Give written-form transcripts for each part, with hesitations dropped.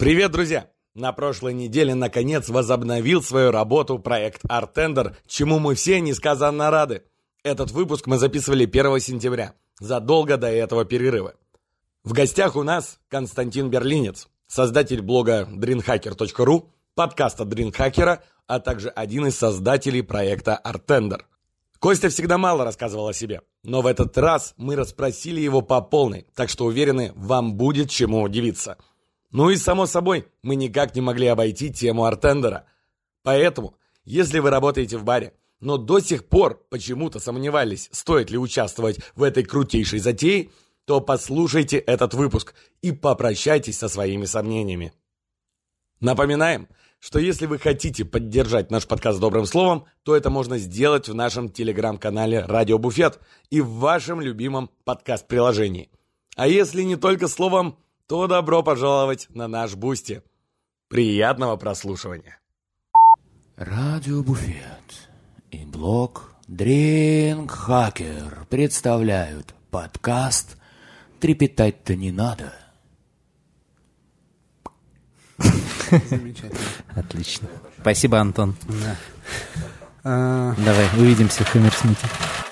Привет, друзья! На прошлой неделе наконец возобновил свою работу проект Artender, чему мы все несказанно рады. Этот выпуск мы записывали 1 сентября, задолго до этого перерыва. В гостях у нас Константин Берлинец, создатель блога dreamhacker.ru, подкаста DreamHacker, а также один из создателей проекта Artender. Костя всегда мало рассказывал о себе, но в этот раз мы расспросили его по полной, так что уверены, вам будет чему удивиться. Ну и само собой, мы никак не могли обойти тему Artender. Поэтому, если вы работаете в баре, но до сих пор почему-то сомневались, стоит ли участвовать в этой крутейшей затее, то послушайте этот выпуск и попрощайтесь со своими сомнениями. Напоминаем, что если вы хотите поддержать наш подкаст добрым словом, то это можно сделать в нашем телеграм-канале «Радио Буфет» и в вашем любимом подкаст-приложении. А если не только словом, то добро пожаловать на наш Бусти. Приятного прослушивания. Радио Буфет и блог DreamHacker представляют подкаст «Трепетать-то не надо». Замечательно. Отлично. Спасибо, Антон. Да. Давай, увидимся в Хаммерсмите.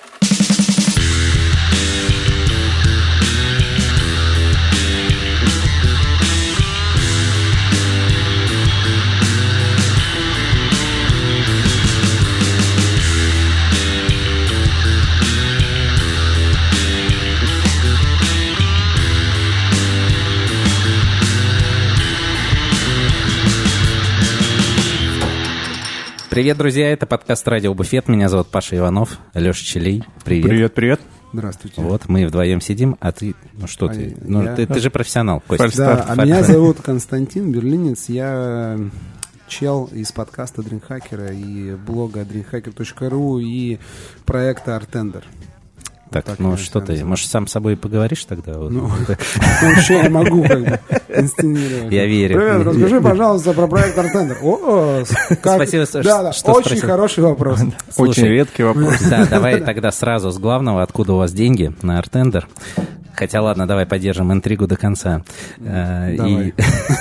Привет, друзья, это подкаст «Радио Буфет». Меня зовут Паша Иванов, Леша Челей. Привет. Привет, привет. Здравствуйте. Вот, мы вдвоем сидим, а ты... Ну что ты? Ну, я... ты же профессионал, Костя. Да, меня зовут Константин Берлинец. Я чел из подкаста DreamHacker и блога dreamhacker.ru и проекта Artender. Так, так, ну что ты, может, сам с собой поговоришь тогда? Ну, вообще я могу как бы инсценировать. Я верю. Привет, расскажи, пожалуйста, про проект Artender. О, спасибо, да, что очень спросил. Хороший вопрос. Очень редкий вопрос. Да, давай тогда сразу с главного, откуда у вас деньги на Artender. Хотя, ладно, давай поддержим интригу до конца. Давай.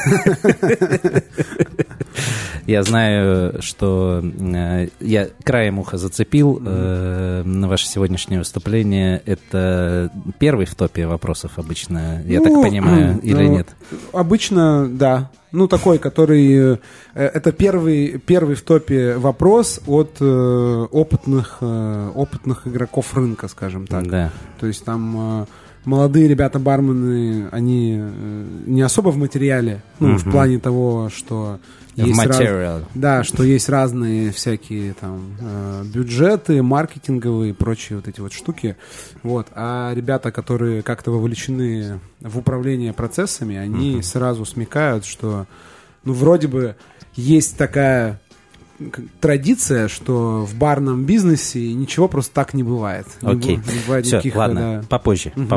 Я знаю, что я краем уха зацепил на ваше сегодняшнее выступление. Это первый в топе вопросов обычно, я так понимаю, или нет? Обычно, да. Ну, такой, который... Это первый в топе вопрос от опытных игроков рынка, скажем так. Да. То есть там... Молодые ребята-бармены, они не особо в материале, ну, в плане того, что есть, что есть разные всякие там бюджеты, маркетинговые и прочие вот эти вот штуки. Вот. А ребята, которые как-то вовлечены в управление процессами, они сразу смекают, что, ну, вроде бы есть такая... традиция, что в барном бизнесе ничего просто так не бывает. Окей. Не бывает все, никаких, ладно, попозже. У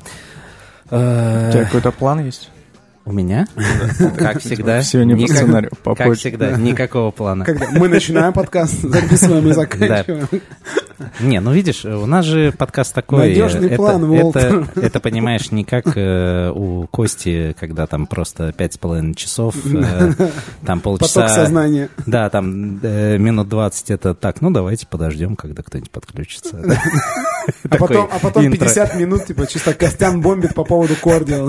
тебя какой-то план есть? У меня? Как всегда. Все не по сценарию. Как всегда, никакого плана. Мы начинаем подкаст, записываем и заканчиваем. Не, ну видишь, у нас же подкаст такой... Надежный план, Волтер. Это, понимаешь, не как у Кости, когда там просто 5,5 часов, там полчаса... Поток сознания. Да, там минут 20 это так, ну давайте подождем, когда кто-нибудь подключится. А потом 50 минут, типа, чисто Костян бомбит по поводу кордиала.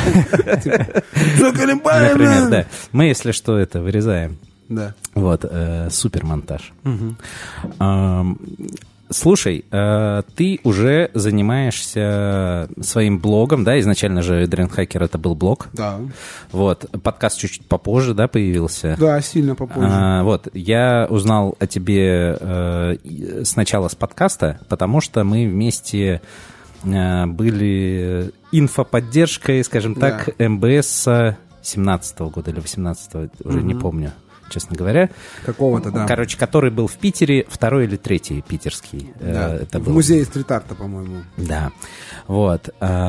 Например, да. Мы, если что, это вырезаем. Да. Вот, супер монтаж. Слушай, ты уже занимаешься своим блогом, да? Изначально же DreamHacker это был блог. Да. Вот, подкаст чуть-чуть попозже, да, появился? Да, сильно попозже. Вот, я узнал о тебе сначала с подкаста, потому что мы вместе были инфоподдержкой, скажем так, МБС 17-го года или 18-го, уже не помню. Честно говоря. Какого-то, да. Короче, который был в Питере, второй или третий питерский. Да. Это в был. музее стрит-арта, по-моему. Да. Вот.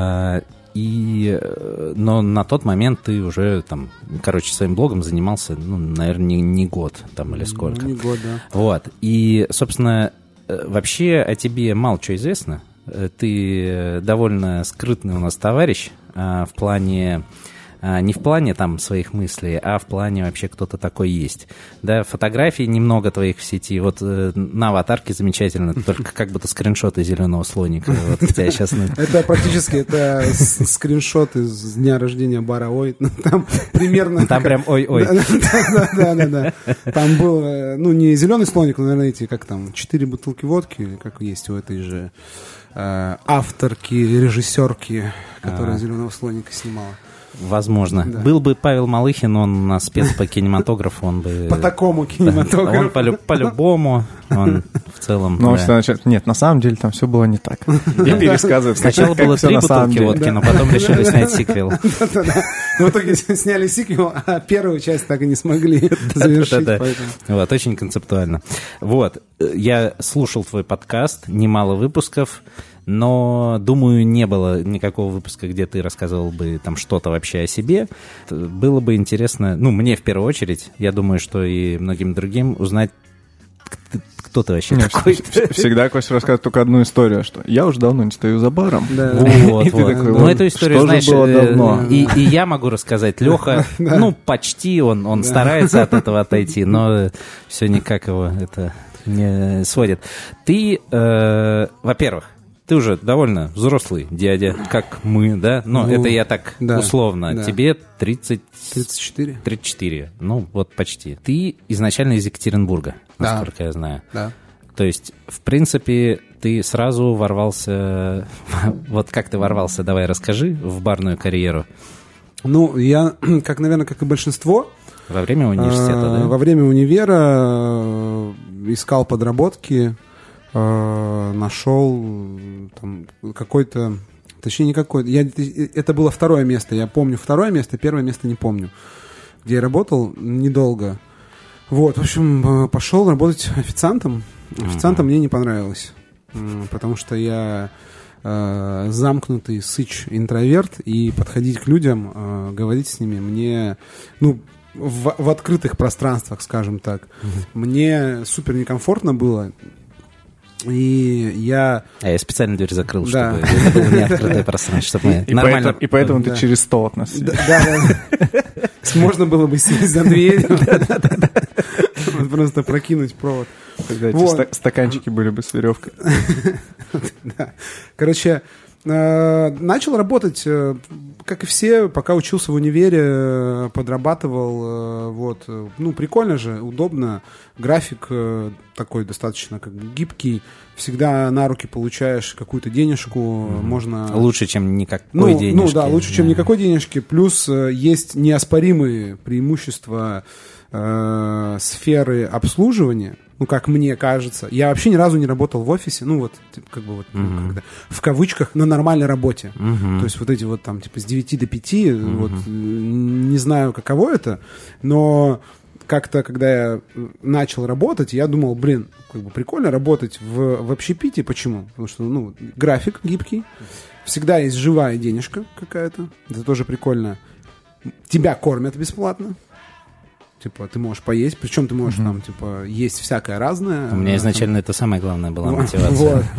Но на тот момент ты уже там, короче, своим блогом занимался, ну, наверное, не год там или сколько. Ну, не год, да. Вот. И, собственно, вообще о тебе мало чего известно. Ты довольно скрытный у нас товарищ в плане Не в плане там своих мыслей, а в плане вообще кто-то такой есть. Да, фотографий немного твоих в сети. Вот на аватарке замечательно, только как будто скриншоты зеленого слоника. Вот у тебя сейчас... Это практически скриншот из дня рождения бара «Ой». Там примерно... Там прям ой-ой. Да. Там был, не зеленый слоник, но, наверное, эти, как там, 4 бутылки водки, как есть у этой же авторки, режиссерки, которая «Зеленого слоника» снимала. Возможно. Да. Был бы Павел Малыхин, он у нас спец по кинематографу, он бы... По такому кинематографу. Он по-любому, он в целом... Ну, нет, на самом деле там все было не так. Я пересказываю. Сначала было 3 бутылки водки, но потом решили снять сиквел. Да. В итоге сняли сиквел, а первую часть так и не смогли завершить. Вот, очень концептуально. Вот, я слушал твой подкаст, немало выпусков, но, думаю, не было никакого выпуска, где ты рассказывал бы там что-то вообще о себе. Было бы интересно, мне в первую очередь, я думаю, что и многим другим, узнать, кто ты вообще такой. Всегда Костя рассказывает только одну историю, что я уже давно не стою за баром. Вот. Ну, эту историю, знаешь, и я могу рассказать. Леха, почти, он старается от этого отойти, но все никак его это не сводит. Ты, во-первых, ты уже довольно взрослый дядя, как мы, да? Но это я так условно. Да. Тебе 34. 34. Ну, вот почти. Ты изначально из Екатеринбурга, насколько я знаю. Да. То есть, в принципе, ты сразу ворвался... Вот как ты ворвался, давай расскажи, в барную карьеру. Ну, я, наверное, как и большинство... Во время университета, да? Во время универа искал подработки... нашел там какой-то, точнее не какой-то, это было второе место, я помню второе место, первое место не помню, где я работал недолго. Вот, в общем, пошел работать официантом. Официантом мне не понравилось, потому что я замкнутый сыч, интроверт, и подходить к людям, говорить с ними мне, в открытых пространствах, скажем так, мне супер некомфортно было. И я... я специально дверь закрыл, чтобы это было не открытое пространство, чтобы мы нормально... И поэтому ты через стол от нас сидишь. Да. Можно было бы сесть за дверью. Просто прокинуть провод. Стаканчики были бы с веревкой. Короче, начал работать, как и все, пока учился в универе, подрабатывал, вот, прикольно же, удобно, график такой достаточно как бы гибкий, всегда на руки получаешь какую-то денежку, можно... Лучше, чем никакой денежки. Лучше, чем никакой денежки, плюс есть неоспоримые преимущества сферы обслуживания, как мне кажется. Я вообще ни разу не работал в офисе, когда, в кавычках, на нормальной работе. То есть вот эти вот там, типа, с 9 до 5, вот, не знаю, каково это, но как-то, когда я начал работать, я думал, прикольно работать в общепите. Почему? Потому что, график гибкий, всегда есть живая денежка какая-то, это тоже прикольно. Тебя кормят бесплатно. Типа, ты можешь поесть, причем ты можешь там, типа, есть всякое разное. У меня изначально это самая главная была мотивация. Вот.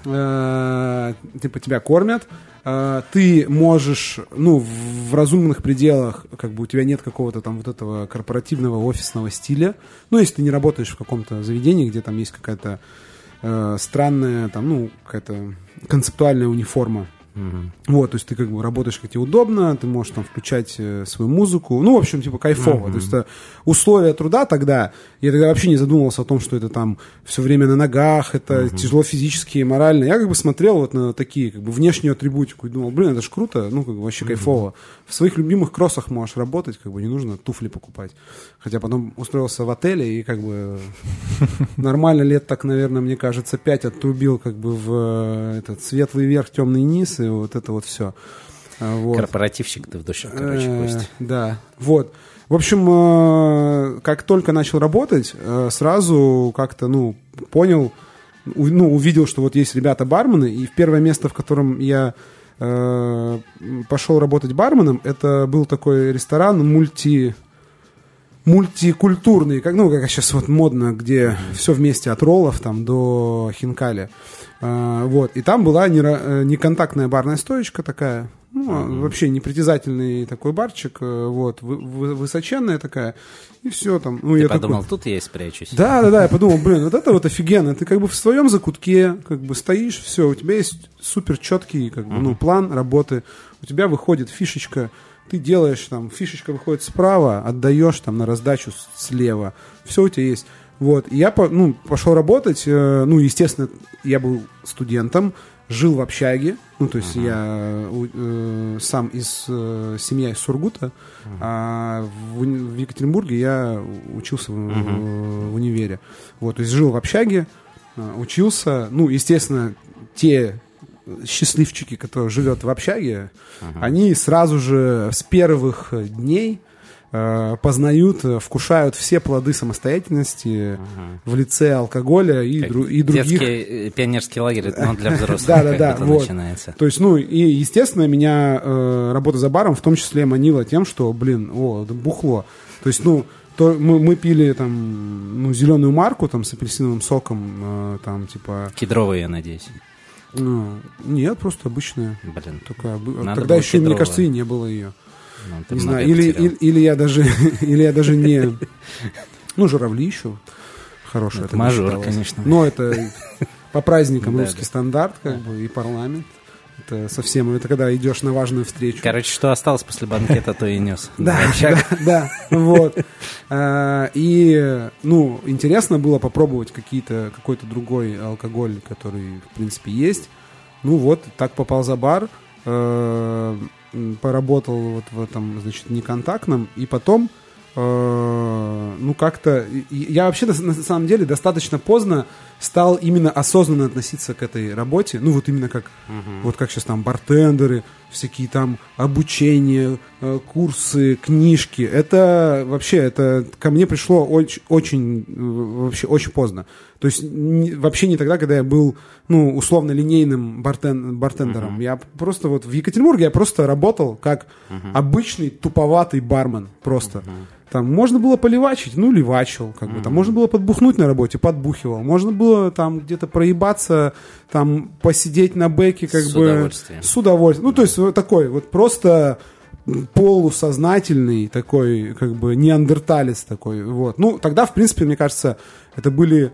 Типа, тебя кормят, ты можешь, в разумных пределах, как бы у тебя нет какого-то там вот этого корпоративного офисного стиля. Если ты не работаешь в каком-то заведении, где там есть какая-то странная, там, какая-то концептуальная униформа. Вот, то есть ты как бы работаешь, как тебе удобно, ты можешь там включать свою музыку, в общем, типа кайфово. То есть условия труда тогда, я тогда вообще не задумывался о том, что это там все время на ногах, это тяжело физически и морально. Я как бы смотрел вот на такие как бы внешнюю атрибутику и думал, это ж круто, как бы вообще кайфово. В своих любимых кроссах можешь работать, как бы не нужно туфли покупать. Хотя потом устроился в отеле и как бы нормально лет так, наверное, мне кажется, 5 отрубил как бы в этот светлый верх, темный низ, и вот это вот все. Вот. Корпоративщик ты в душе, Костя. Да, вот. В общем, как только начал работать, сразу как-то, понял, увидел, что вот есть ребята-бармены, и первое место, в котором я пошел работать барменом, это был такой ресторан мультикультурный, как сейчас вот модно, где все вместе от роллов там до хинкали. Вот. И там была неконтактная барная стоечка такая, вообще непритязательный такой барчик, вот, высоченная такая, и все там. Ну, Ты я подумал, такой, тут я и спрячусь. Да, я подумал, блин, вот это вот офигенно. Ты как бы в своем закутке, как бы стоишь, все, у тебя есть супер четкий, как бы, план работы, у тебя выходит фишечка, ты делаешь там, фишечка выходит справа, отдаешь там на раздачу слева, все у тебя есть. Вот, и я пошел работать, естественно, я был студентом, жил в общаге, то есть я сам семья из Сургута, а в Екатеринбурге я учился в универе. Вот, то есть жил в общаге, учился, естественно, те счастливчики, которые живут в общаге, они сразу же с первых дней познают, вкушают все плоды самостоятельности в лице алкоголя и других. Детский пионерский лагерь, но для взрослых. Да, вот. Начинается. То есть, и, естественно, меня работа за баром в том числе манила тем, что, бухло. То есть, мы пили там, зеленую марку там с апельсиновым соком, там, типа... Кедровые, я надеюсь. Нет, просто обычная. Блин. Такая, тогда еще, мне кажется, и не было ее. Не знаю, или я даже не... журавли еще хорошие. Это мажор, конечно. Но это по праздникам русский стандарт, как бы, и парламент. Это совсем... Это когда идешь на важную встречу. Короче, что осталось после банкета, то и нес. Да, вот. И, интересно было попробовать какой-то другой алкоголь, который, в принципе, есть. Так попал за бар. Поработал вот в этом, значит, неконтактном, и потом, как-то... Я вообще, на самом деле, достаточно поздно стал именно осознанно относиться к этой работе, именно как, вот как сейчас там бартендеры, всякие там обучения, курсы, книжки. Это вообще, ко мне пришло очень поздно. То есть вообще не тогда, когда я был, условно линейным бартендером. Я просто в Екатеринбурге я просто работал как обычный туповатый бармен просто. Там можно было поливачить, ливачил, как бы. Там можно было подбухнуть на работе, подбухивал. Можно было там где-то проебаться, там посидеть на бэке, как бы. С удовольствием. То есть вот такой вот просто полусознательный такой, как бы, неандерталец такой, вот. Тогда, в принципе, мне кажется, это были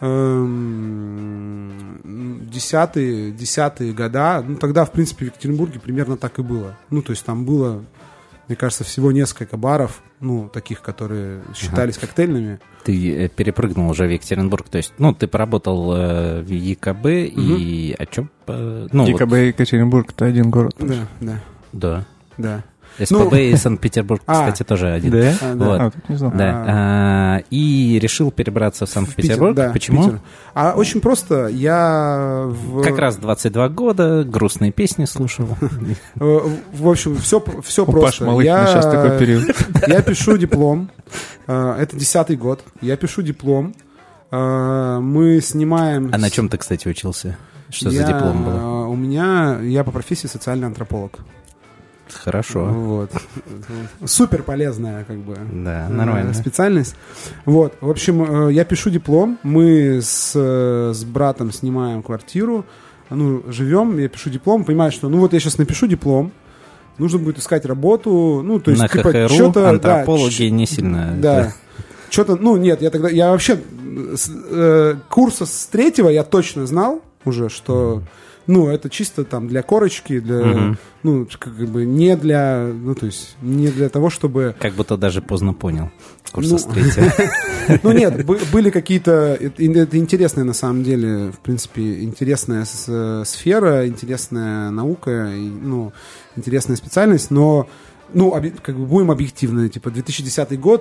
10-е года. Тогда, в принципе, в Екатеринбурге примерно так и было. То есть там было, мне кажется, всего несколько баров, таких, которые считались коктейльными. Ты перепрыгнул уже в Екатеринбург, то есть, ты поработал в ЕКБ и о чем? ЕКБ и Екатеринбург — это один город. Да. Да. СПБ и Санкт-Петербург, кстати, тоже один. Да? Вот. Тут не знал. Да. И решил перебраться в Санкт-Петербург. Да, почему? Питер. Очень просто. Я как раз 22 года, грустные песни слушал. В общем, все просто. Паш Малыхина сейчас такой период. Я пишу диплом. Это 10-й год. Я пишу диплом. Мы снимаем... А на чем ты, кстати, учился? Что за диплом было? Я по профессии социальный антрополог. Хорошо. Вот. Супер полезная, как бы, нормально. Специальность. Вот. В общем, я пишу диплом. Мы с братом снимаем квартиру. Живем, я пишу диплом. Понимаю, что я сейчас напишу диплом. Нужно будет искать работу. То есть, на ХХРУ что-то, антропологи не сильно. Да. Что-то, нет, я вообще курса с 3-го я точно знал уже, что это чисто там для корочки, для, как бы не для, то есть не для того, чтобы... Как будто даже поздно понял. Курса с 3-го. Нет, были какие-то... Это интересная, на самом деле, в принципе, интересная сфера, интересная наука, интересная специальность, но как бы будем объективны, 2010 год,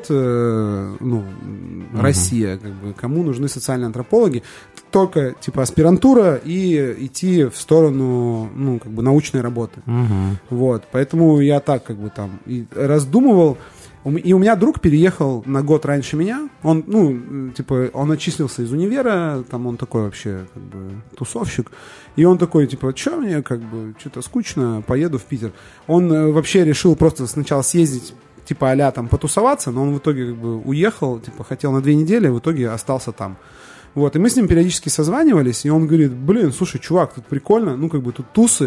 Россия, как бы, кому нужны социальные антропологи? Только, аспирантура и идти в сторону, как бы, научной работы. Вот, поэтому я так, как бы, там, и раздумывал. И у меня друг переехал на год раньше меня. Он, он отчислился из универа, там он такой вообще, как бы, тусовщик. И он такой, что мне, как бы, что-то скучно, поеду в Питер. Он вообще решил просто сначала съездить, а-ля там потусоваться, но он в итоге, как бы, уехал, хотел на 2 недели, в итоге остался там. Вот, и мы с ним периодически созванивались, и он говорит: слушай, чувак, тут прикольно, как бы тут тусы,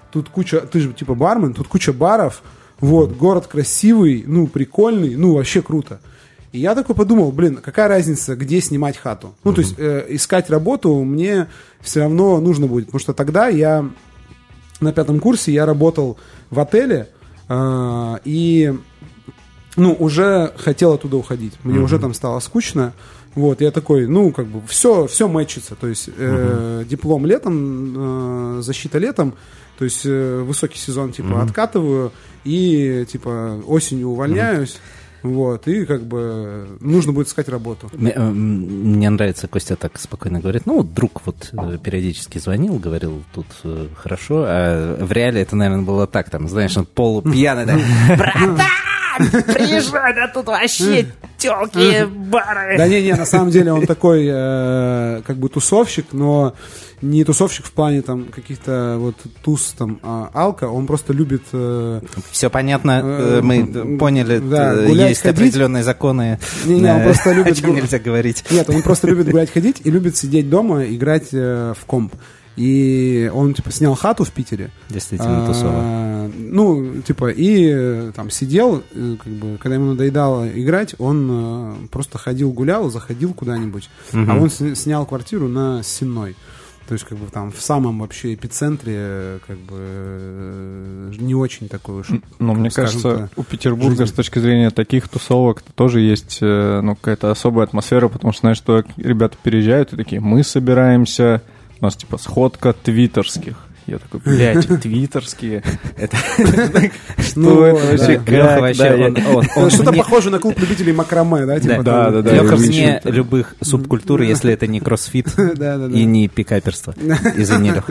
тут куча, ты же типа бармен, тут куча баров, вот, город красивый, ну, прикольный, ну, вообще круто. И я такой подумал, блин, какая разница, где снимать хату? Ну, то есть искать работу мне все равно нужно будет, потому что тогда я на 5 курсе я работал в отеле и, ну, уже хотел оттуда уходить. Мне уже там стало скучно. Вот, я такой, ну, как бы, все мэчится. То есть диплом летом, защита летом, то есть высокий сезон, типа, откатываю и, типа, осенью увольняюсь. Вот, и как бы нужно будет искать работу. Мне нравится, Костя так спокойно говорит. Ну, друг вот периодически звонил, говорил, тут хорошо. А в реале это, наверное, было так, там, знаешь, он полупьяный, да, братан, приезжай, да тут вообще тёлки, бары. Да не, на самом деле он такой, как бы тусовщик, но не тусовщик в плане там каких-то вот туз, там, алка, он просто любит... Все понятно, мы поняли, да, есть ходить. Определенные законы, он просто любит... о чем нельзя говорить. Нет, он просто любит гулять, ходить и любит сидеть дома, играть в комп. И он, типа, снял хату в Питере. Действительно тусово. Ну, типа, и там сидел, как бы, когда ему надоедало играть, он просто ходил, гулял, заходил куда-нибудь. А он снял квартиру на Сенной. То есть, как бы, там, в самом вообще эпицентре, как бы, не очень такой уж... Ну, мне кажется, у Петербурга жизнь. С точки зрения таких тусовок тоже есть, ну, какая-то особая атмосфера, потому что, знаешь, что ребята переезжают и такие, мы собираемся, у нас, типа, сходка твиттерских. Я такой, блядь, твиттерские. Что это вообще? Леха вообще... Что-то похоже на клуб любителей макраме, да? Да. Леха вне любых субкультур, если это не кроссфит и не пикаперство. Извини, Леха.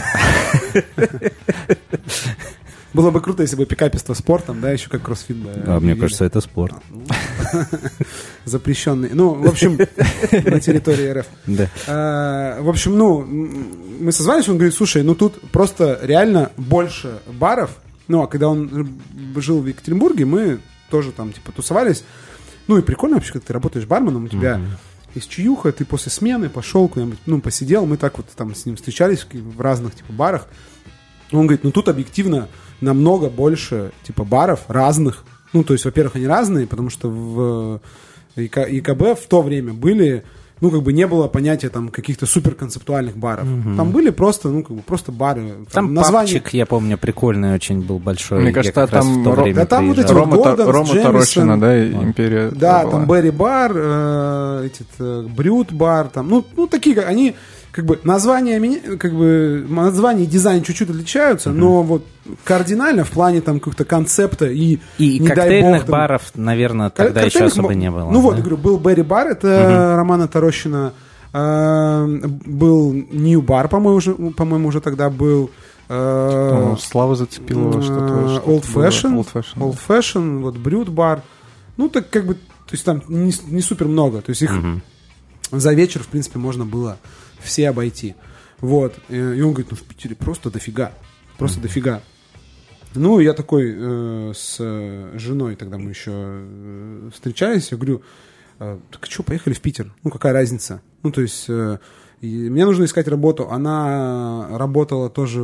Было бы круто, если бы пикапиство спортом, да, еще как кроссфит. А мне кажется, это спорт. Запрещенный. Ну, в общем, на территории РФ. Да. В общем, ну, мы созвались, он говорит, слушай, ну тут просто реально больше баров. Ну, а когда он жил в Екатеринбурге, мы тоже там, типа, тусовались. Ну, и прикольно вообще, когда ты работаешь барменом, у тебя есть чаюха, ты после смены пошел куда-нибудь, ну, посидел, мы так вот там с ним встречались в разных, типа, барах. Он говорит, ну, тут объективно намного больше, типа, баров разных. Ну, то есть, во-первых, они разные, потому что в ЕКБ в то время были, ну, как бы не было понятия там каких-то суперконцептуальных баров. Там были просто, ну, как бы просто бары. Там название... пабчик, я помню, прикольный очень был большой. Мне кажется, там там вот эти Рома Тарошина, да, Империя. Да, там Берри бар, Брют бар, там, ну, такие, они... Как бы название и дизайн чуть-чуть отличаются, но вот кардинально в плане там какого-то концепта и не коктейльных бог, там, баров, наверное, тогда еще особо не было. Ну вот, говорю, был Берри бар, это Романа Тарощина, был Нью бар, по-моему, уже тогда был. Слава зацепила что-то. Old Fashion, вот Брют бар. Ну так как бы, то есть там не супер много, то есть их за вечер, в принципе, можно было все обойти. Вот. И он говорит, ну в Питере просто дофига. Просто дофига. Ну, я такой с женой, тогда мы еще встречались, я говорю, так что, поехали в Питер? Ну, какая разница? Ну, то есть, мне нужно искать работу. Она работала тоже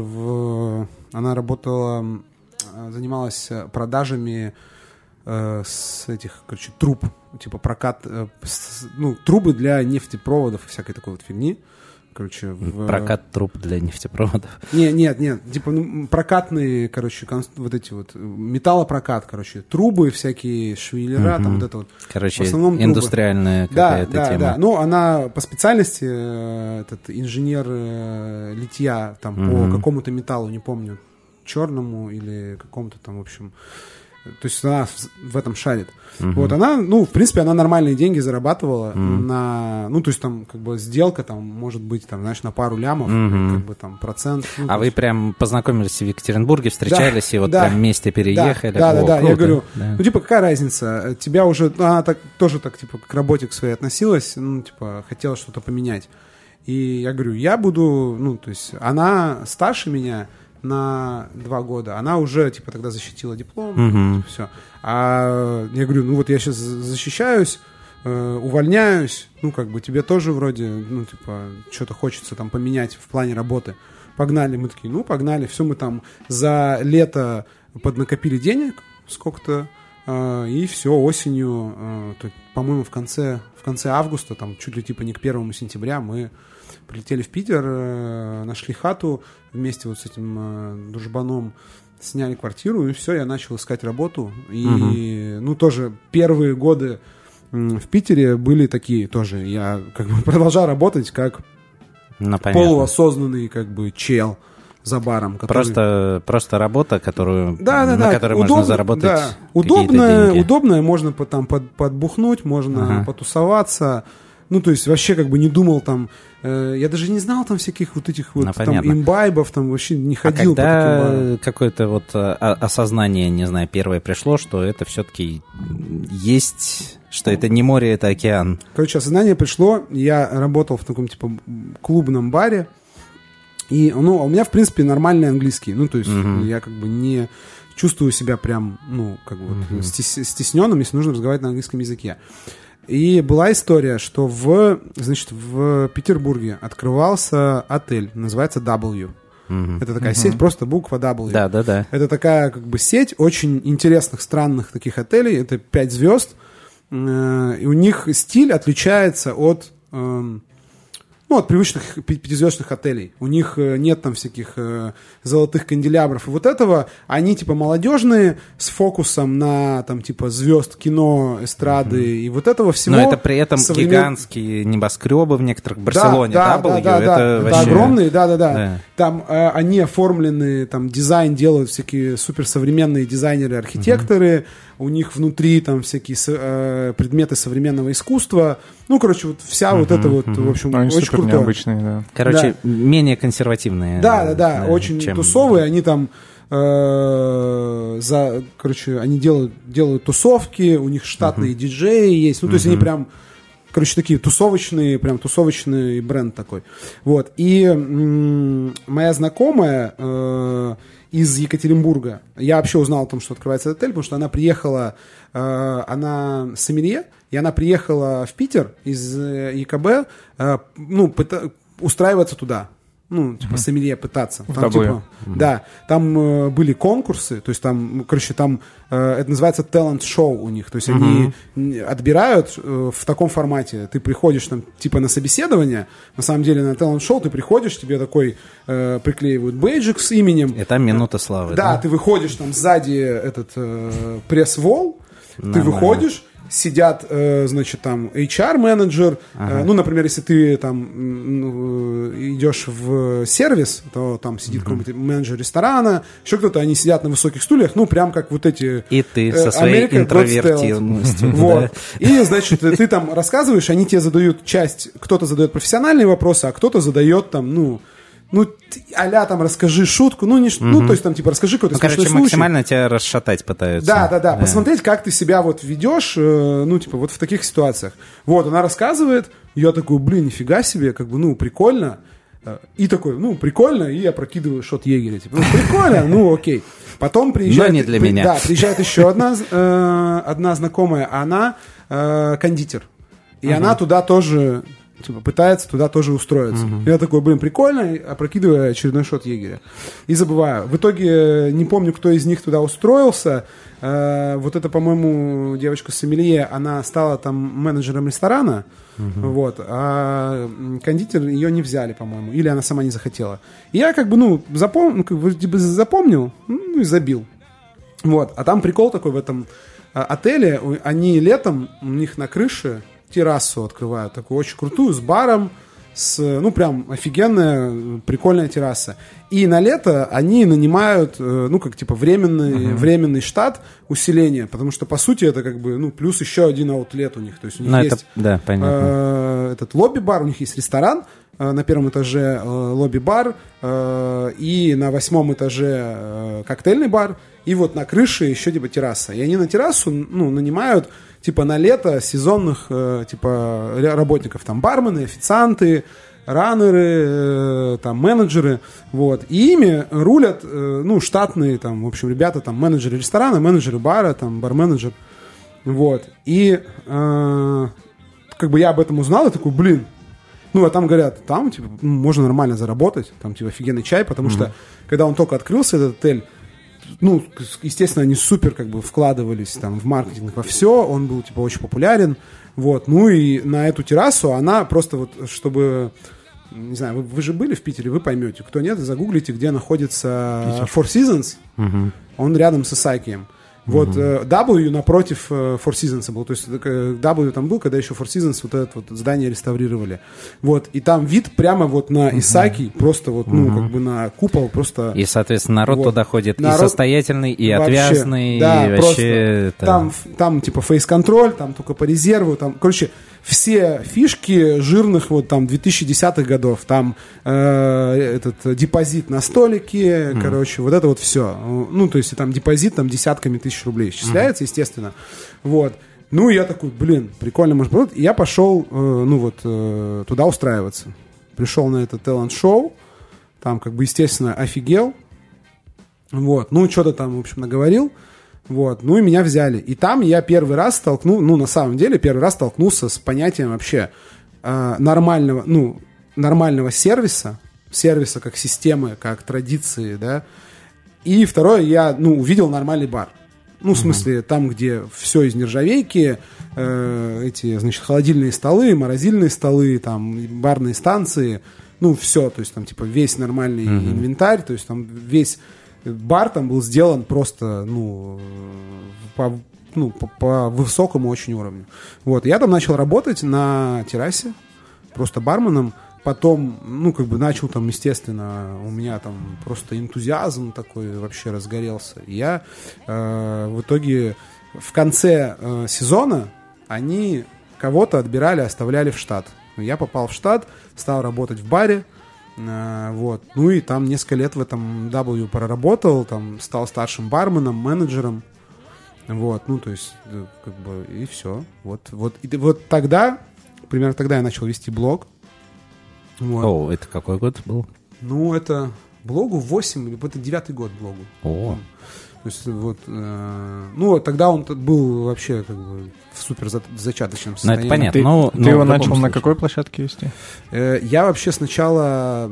занималась продажами с этих, короче, труб, типа прокат, ну, трубы для нефтепроводов и всякой такой вот фигни. Короче, прокат труб для нефтепроводов. Нет, типа, ну, прокатные, короче, вот эти вот, металлопрокат, короче, трубы всякие, швеллера, там вот это вот. Короче, в основном индустриальная какая-то тема. Да. Ну, она по специальности, этот инженер литья, там, по какому-то металлу, не помню, черному или какому-то там, в общем... То есть она в этом шарит. Вот она, ну, в принципе, она нормальные деньги зарабатывала на, ну, то есть там, как бы, сделка там, может быть, там, знаешь, на пару лямов, как бы, там, процент. Ну, а вы есть... прям познакомились в Екатеринбурге, встречались и вот да, прям вместе переехали? Да, круто. Я говорю, ну, типа, какая разница? Тебя уже, она так, тоже так, типа, к работе к своей относилась, ну, типа, хотела что-то поменять. И я говорю, я буду, ну, то есть она старше меня на 2 года, она уже, типа, тогда защитила диплом, все. А я говорю, ну вот я сейчас защищаюсь, увольняюсь, ну, как бы тебе тоже вроде, ну, типа, что-то хочется там поменять в плане работы. погнали. Мы такие, ну, погнали. Все, мы там за лето поднакопили денег сколько-то, и все, осенью, по-моему, в конце августа, там, чуть ли типа не к 1 сентября, мы прилетели в Питер, нашли хату вместе вот с этим дружбаном, сняли квартиру, и все, я начал искать работу. И, ну, тоже первые годы в Питере были такие тоже. Я как бы продолжал работать как полуосознанный как бы чел за баром. Который... Просто работа, которую, на которой можно заработать удобная, можно там подбухнуть, можно потусоваться. Ну, то есть вообще как бы не думал там... я даже не знал там всяких вот этих вот там имбайбов, там вообще не ходил по таким барам. Какое-то вот осознание, не знаю, первое пришло, что это все-таки есть... Что это не море, это океан. Короче, осознание пришло. Я работал в таком типа клубном баре. И, ну, у меня, в принципе, нормальный английский. Ну, то есть я как бы не чувствую себя прям, ну, как бы вот стесненным, если нужно разговаривать на английском языке. И была история, что в Петербурге открывался отель, называется W. Это такая сеть, просто буква W. Да. Это такая как бы сеть очень интересных, странных таких отелей. Это 5 звезд. И у них стиль отличается от привычных 5-звездных отелей. У них нет там всяких золотых канделябров и вот этого. Они типа молодежные, с фокусом на там типа звезд кино, эстрады и вот этого всего. Но это при этом гигантские небоскребы в некоторых Барселоне, да, это вообще... огромные, да. Там они оформлены, там дизайн делают всякие суперсовременные дизайнеры, архитекторы. У них внутри там всякие предметы современного искусства. Ну, короче, вот вся вот эта вот, в общем, они очень крутое. Необычные, да. Короче, менее консервативные. Да, очень тусовые. Они там, они делают тусовки, у них штатные диджеи есть. Ну, то есть они прям, короче, такие тусовочный бренд такой. Вот. И моя знакомая... из Екатеринбурга. Я вообще узнал о том, что открывается этот отель, потому что она приехала, она сомелье, и она приехала в Питер из ЕКБ, устраиваться туда. Ну, типа, сомелье пытаться. Там, типа, да, там были конкурсы, то есть там, короче, там это называется талант-шоу у них, то есть они отбирают в таком формате. Ты приходишь там, типа, на собеседование, на самом деле на талант-шоу ты приходишь, тебе такой приклеивают бейджик с именем. И там минута славы. Да, ты выходишь, там сзади этот пресс-вол, ты выходишь, сидят, значит, там HR-менеджер, ну, например, если ты там идешь в сервис, то там сидит какой-нибудь менеджер ресторана, еще кто-то, они сидят на высоких стульях, ну, прям как вот эти... И ты со своей интровертивностью. Вот. И, значит, ты там рассказываешь, они тебе задают кто-то задает профессиональные вопросы, а кто-то задает там, ну, а-ля там расскажи шутку, то есть там типа расскажи какой-то смешной случай. Максимально тебя расшатать пытаются. Да, посмотреть, как ты себя вот ведешь, вот в таких ситуациях. Вот, она рассказывает, я такой, нифига себе, как бы, прикольно. И такой, прикольно, и опрокидываю шот егеря. Типа, прикольно, окей. Потом приезжает... Но не для меня. Да, приезжает еще одна знакомая, она кондитер. И она туда тоже... Типа, пытается туда тоже устроиться. Я такой, прикольно, опрокидываю очередной шот егеря. И забываю. В итоге не помню, кто из них туда устроился. Вот это, по-моему, девочка-сомелье, она стала там менеджером ресторана, вот, а кондитер ее не взяли, по-моему, или она сама не захотела. И я запомнил, и забил. Вот, а там прикол такой в этом отеле, они летом, у них на крыше террасу открывают, такую очень крутую, с баром, прям офигенная, прикольная терраса. И на лето они нанимают, временный штат усиления, потому что, по сути, это как бы, плюс еще один аутлет у них. То есть у них есть этот лобби-бар, у них есть ресторан, на первом этаже лобби-бар, и на 8 этаже коктейльный бар, и вот на крыше еще типа терраса. И они на террасу нанимают типа на лето сезонных работников, там бармены, официанты, раннеры, там менеджеры, вот. И ими рулят, штатные, там, в общем, ребята, там, менеджеры ресторана, менеджеры бара, там, бар-менеджер, вот. И как бы я об этом узнал, и такой, Ну, а там говорят, там, типа, можно нормально заработать, там, типа, офигенный чай, потому что, когда он только открылся, этот отель, ну, естественно, они супер, как бы, вкладывались, там, в маркетинг, во все, он был, типа, очень популярен, вот, ну, и на эту террасу она просто вот, чтобы... Не знаю, вы же были в Питере, вы поймете. Кто нет, загуглите, где находится Four Seasons. Он рядом с Исаакием. Вот W напротив Four Seasons был. То есть W там был, когда еще Four Seasons вот это вот здание реставрировали. Вот. И там вид прямо вот на Исаакий, просто вот, ну, как бы на купол, просто... И, соответственно, народ вот. туда ходит народ... и состоятельный, и вообще, отвязный, да, и вообще... Это... Там типа фейс-контроль, там только по резерву, там, короче, все фишки жирных вот там 2010-х годов, там этот депозит на столике, короче, вот это вот все. Ну, то есть там депозит там десятками тысяч рублей исчисляется, естественно. Вот. Ну, я такой, блин, прикольно, может быть. И я пошел, ну вот, туда устраиваться. Пришел на это талант-шоу, там, как бы, естественно, офигел. Вот. Ну, что-то там, в общем, наговорил. Вот, ну и меня взяли. И там я первый раз столкнулся с понятием вообще нормального сервиса как системы, как традиции, да. И второе, я, увидел нормальный бар. Ну, в смысле, там, где все из нержавейки, эти, значит, холодильные столы, морозильные столы, там, барные станции, ну, все, то есть там, типа, весь нормальный инвентарь, то есть там весь... Бар там был сделан просто, по высокому очень уровню. Вот, я там начал работать на террасе, просто барменом. Потом, начал там, естественно, у меня там просто энтузиазм такой вообще разгорелся. И я в итоге в конце сезона они кого-то отбирали, оставляли в штат. Я попал в штат, стал работать в баре. Вот. Ну и там несколько лет в этом W проработал, там стал старшим барменом, менеджером. Вот, то есть, как бы, и все. Вот тогда, примерно тогда я начал вести блог. Вот. О, это какой год был? Ну, это блогу 8, это 9-й год блогу. О. То есть, вот, тогда он был вообще, как бы, в супер зачаточном состоянии. Ну, это понятно. Ты его начал на какой площадке вести? Я вообще сначала...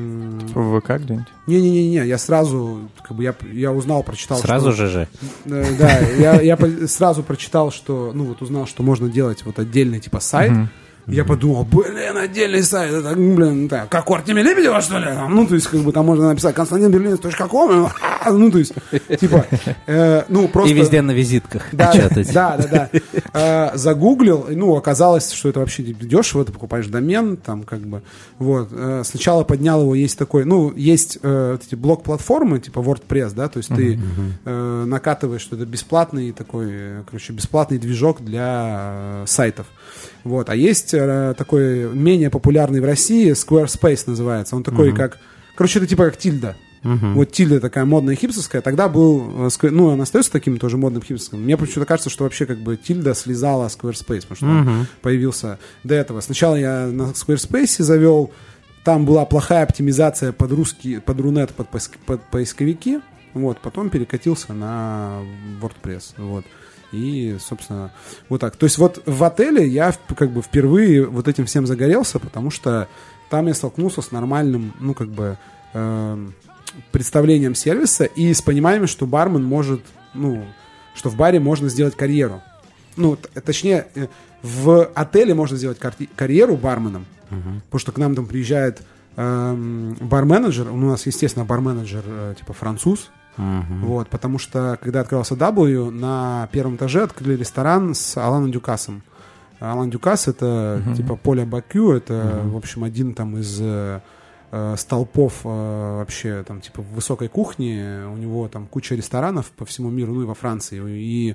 В ВК где-нибудь? Не-не-не, я сразу, как бы, я узнал, прочитал... Сразу же? Да, я сразу прочитал, что, узнал, что можно делать вот отдельный, типа, сайт. Я подумал, отдельный сайт, это, как у Артемия Лебедева, что ли? То есть, как бы, там можно написать konstantinberlins.com, то есть, типа, просто... И везде на визитках печатать. Да. Загуглил, оказалось, что это вообще дешево, ты покупаешь домен, там, как бы, вот. Сначала поднял его, есть такой, есть эти блог-платформы, типа WordPress, да, то есть ты накатываешь, что это бесплатный такой, бесплатный движок для сайтов. Вот. А есть такой менее популярный в России, Squarespace называется. Он такой, это типа как Тильда. Вот Тильда такая модная хипсовская. Тогда был, он остается таким тоже модным хипсовским. Мне почему-то кажется, что вообще как бы Тильда слезала Squarespace, потому что он появился до этого. Сначала я на Squarespace завел, там была плохая оптимизация под русский, под Рунет, под поисковики. Вот. Потом перекатился на WordPress. Вот. И, собственно, вот так. То есть вот в отеле я как бы впервые вот этим всем загорелся, потому что там я столкнулся с нормальным, представлением сервиса и с пониманием, что бармен может, что в баре можно сделать карьеру. Точнее, в отеле можно сделать карьеру барменом, потому что к нам там приезжает бар-менеджер, у нас, естественно, бар-менеджер типа француз. Вот, потому что, когда открылся W, на первом этаже открыли ресторан с Аланом Дюкасом. Алан Дюкас — это типа Поля Бакю, это, в общем, один там из столпов вообще там типа высокой кухни. У него там куча ресторанов по всему миру, и во Франции. И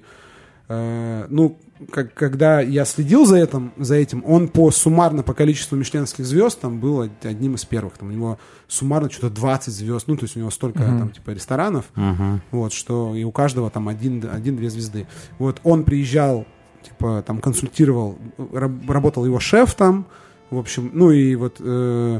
когда я следил за этим, он по количеству мишленских звезд там был одним из первых. Там у него суммарно что-то 20 звезд, то есть у него столько там типа ресторанов, вот, что и у каждого там один-две звезды. Вот он приезжал, типа там консультировал, работал его шеф там, в общем, и вот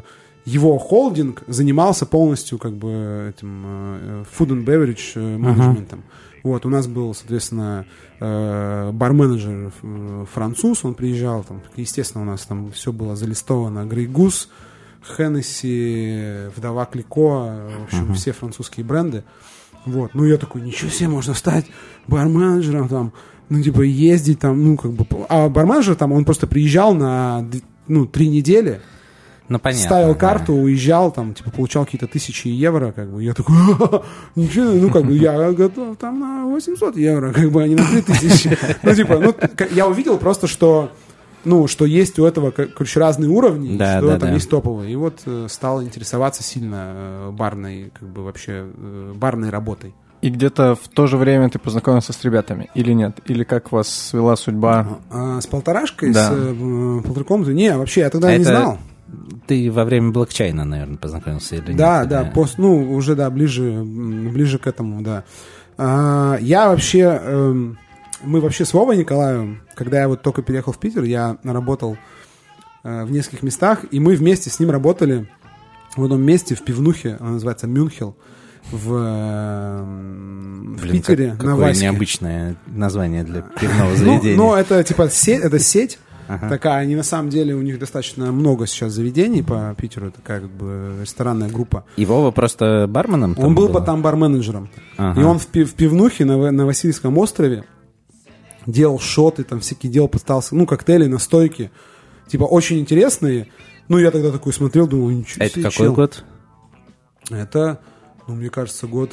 его холдинг занимался полностью как бы этим food and beverage менеджментом. Вот, у нас был, соответственно, бар-менеджер француз, он приезжал, там, естественно, у нас там все было залистовано, Грей Гус, Хеннесси, Вдова Клико, в общем, все французские бренды. Вот, ну я такой, ничего себе, можно стать бар-менеджером, там, ну, типа, ездить там, ну, как бы, а бар-менеджер там, он просто приезжал на, 3 недели, ну, понятно, ставил карту, уезжал, там, типа, получал какие-то 1000 евро, как бы, я такой, ничего, ну, как бы, я готов там на 800 евро, как бы, а не на 3000. Ну, типа, ну, я увидел просто, что, ну, что есть у этого, короче, разные уровни, да, что да, там да. есть топовые. И вот стал интересоваться сильно барной, как бы, вообще, барной работой. И где-то в то же время ты познакомился с ребятами или нет? Или как вас свела судьба? С полторашкой, Да. с полтораком? Не, вообще, я тогда не знал. Ты во время блокчейна, наверное, познакомился или Да, нет? да, уже, да, ближе к этому, да. Я вообще, мы вообще с Вовой Николаевым, когда я вот только переехал в Питер, я работал в нескольких местах, и мы вместе с ним работали в одном месте, в пивнухе, она называется Мюнхел, в Питере, на какое Ваське. Необычное название для пивного заведения. Ну, это типа сеть такая, они на самом деле, у них достаточно много сейчас заведений по Питеру, такая как бы ресторанная группа. И Вова просто барменом там Он был был? там бар-менеджером. Ага. И он в пивнухе на Васильевском острове делал шоты, там всякие делал, пытался, ну, коктейли, настойки. Типа, очень интересные. Ну, я тогда такой смотрел, думал, ничего себе. Это какой год? Это, ну, мне кажется, год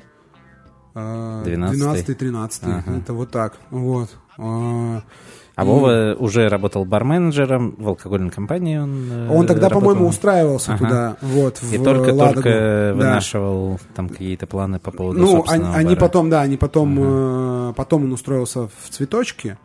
12-13. Ага. Это вот так. Вот. А Вова уже работал барменеджером в алкогольной компании. Он тогда, работал? по-моему, устраивался туда. Вот, И в только Ладогу. вынашивал там какие-то планы по поводу Ну, собственного они бара. потом он устроился в «Цветочки»,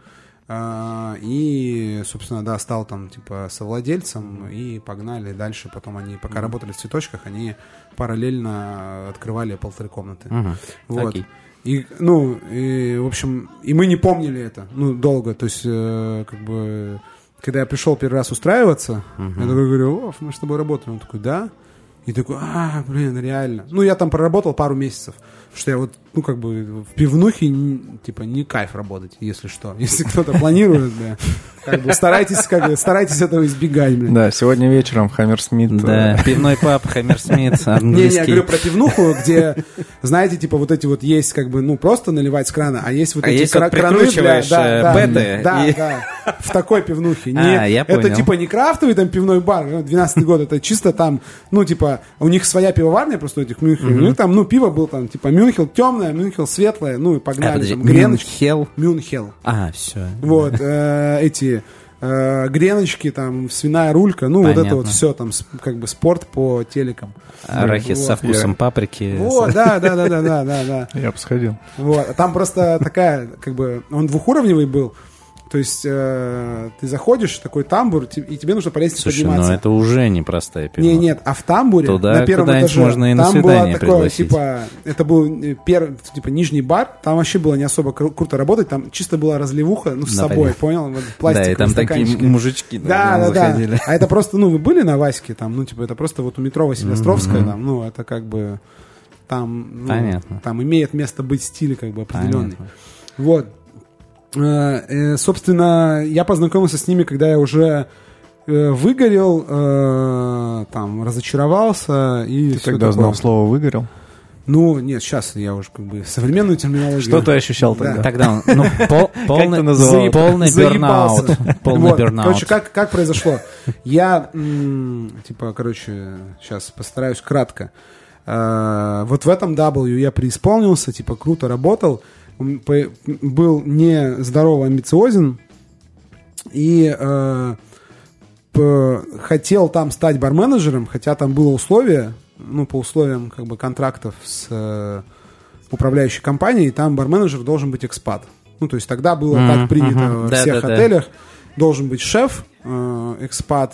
и, собственно, да, стал там, типа, совладельцем, и погнали дальше. Потом они, пока работали в «Цветочках», они параллельно открывали 1,5 комнаты. Вот. Окей. И, ну, и, в общем, и мы не помнили это, ну, долго. То есть, как бы, когда я пришел первый раз устраиваться, я такой говорю, Вов, мы с тобой работаем. Он такой, да? И такой, блин, реально. Ну, я там проработал пару месяцев, что я вот, ну, как бы, в пивнухе, типа, не кайф работать, если что. Если кто-то планирует, да, как бы, старайтесь этого избегать, блин. Да, сегодня вечером Хаммерсмит. Да, пивной паб, Хаммерсмит, английский. Не, я говорю про пивнуху, где, знаете, типа, вот эти вот есть, как бы, ну, просто наливать с крана, а есть вот эти есть вот краны прикручиваешь беты. Да, в такой пивнухе. Я понял. Это, типа, не крафтовый там пивной бар, 12-й год, это чисто там, ну, типа, у них своя пивоварня просто у этих Мюнхель, у них там, ну, пиво было там, типа, Мюнхел темное, Мюнхел светлое, ну, и погнали, подожди, там, греночки. Мюнхел? Мюнхел. Все. Вот, эти греночки, там, свиная рулька, ну, Понятно. вот это вот все, там, как бы спорт по телекам. Арахис Вот. со вкусом паприки. Вот, да. Я бы сходил. Вот, а там просто такая, как бы, он двухуровневый был. То есть ты заходишь в такой тамбур, и тебе нужно по лестнице Слушай, подниматься. ну это уже непростая пивоварня. Нет, а в тамбуре Туда на первом куда-нибудь этаже можно и на там свидание было такое, пригласить. типа, это был типа нижний бар, там вообще было не особо круто работать, там чисто была разливуха, ну, с Да, собой, понятно. понял? Вот Да, и пластиковые там такие стаканчики. мужички Да. заходили. А это просто, ну, вы были на Ваське, там, ну, типа, это просто вот у метро Василиостровская, там, ну, это как бы там, ну, Понятно. там имеет место быть стиль, как бы, определенный. Понятно. Вот. Собственно, я познакомился с ними, когда я уже выгорел, там, разочаровался. И Ты всё тогда такое. знал слово «выгорел»? Ну, нет, сейчас я уже как бы современную терминологию. Что ты ощущал Да. тогда? Тогда он, ну, полный называл? бернаут. Заебался. Полный Вот. бернаут. Короче, как произошло? Я, типа, короче, сейчас постараюсь кратко. Вот в этом W я преисполнился, типа, круто работал. Был не здорово амбициозен и хотел там стать барменеджером, хотя там было условие, ну, по условиям как бы контрактов с управляющей компанией, там барменеджер должен быть экспат. Ну, то есть тогда было так принято во всех отелях. Должен быть шеф, экспат.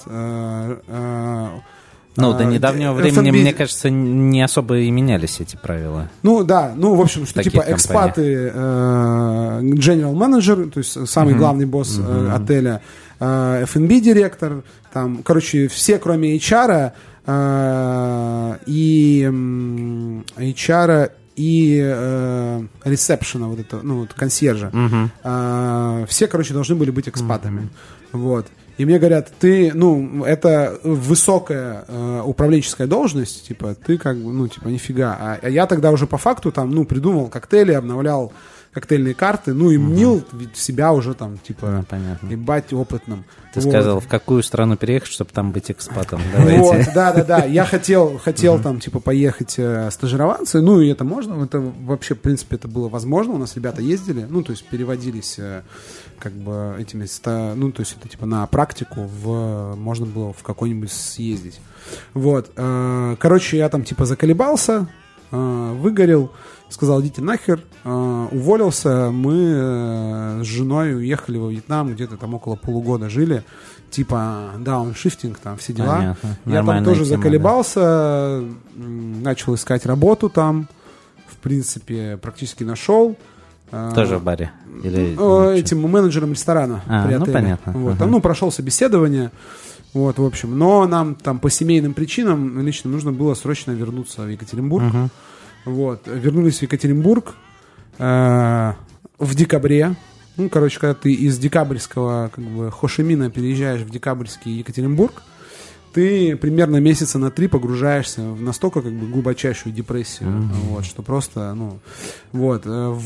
Ну, до недавнего времени, F&B. мне кажется, не особо и менялись эти правила. Ну, да, ну, в общем, что таких типа экспаты, general manager, то есть самый главный босс отеля, F&B директор, там, короче, все, кроме HR, и HR, и ресепшена, вот это, ну, вот консьержа. Все, короче, должны были быть экспатами. Вот. И мне говорят, ты, ну, это высокая управленческая должность, типа, ты как бы, ну, типа, нифига. А я тогда уже по факту там, ну, придумал коктейли, обновлял коктейльные карты, ну, и мнил себя уже там, типа, ебать опытным. Ты сказал, в какую страну переехать, чтобы там быть экспатом? Вот, да. Я хотел там, типа, поехать стажироваться, ну, и это можно, это вообще, в принципе, это было возможно, у нас ребята ездили, ну, то есть переводились, как бы, этими, ну, то есть это, типа, на практику можно было в какой-нибудь съездить. Вот, короче, я там, типа, заколебался, выгорел, сказал, идите нахер, уволился, мы с женой уехали во Вьетнам, где-то там около полугода жили, типа дауншифтинг, там все дела. Понятно. Я там тоже заколебался, начал искать работу там, в принципе, практически нашел. Тоже в баре? Или этим менеджером ресторана при отеле. Ну, понятно. Вот, там, ну, прошел собеседование. Вот, в общем, но нам там по семейным причинам лично нужно было срочно вернуться в Екатеринбург. Вот, вернулись в Екатеринбург в декабре. Ну, короче, когда ты из декабрьского, как бы, Хошимина переезжаешь в декабрьский Екатеринбург, ты примерно месяца на 3 погружаешься в настолько, как бы, глубочайшую депрессию, вот, что просто, ну, вот,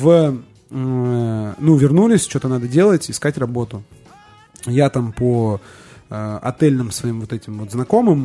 ну, вернулись, что-то надо делать, искать работу. Я там по отельным своим вот этим вот знакомым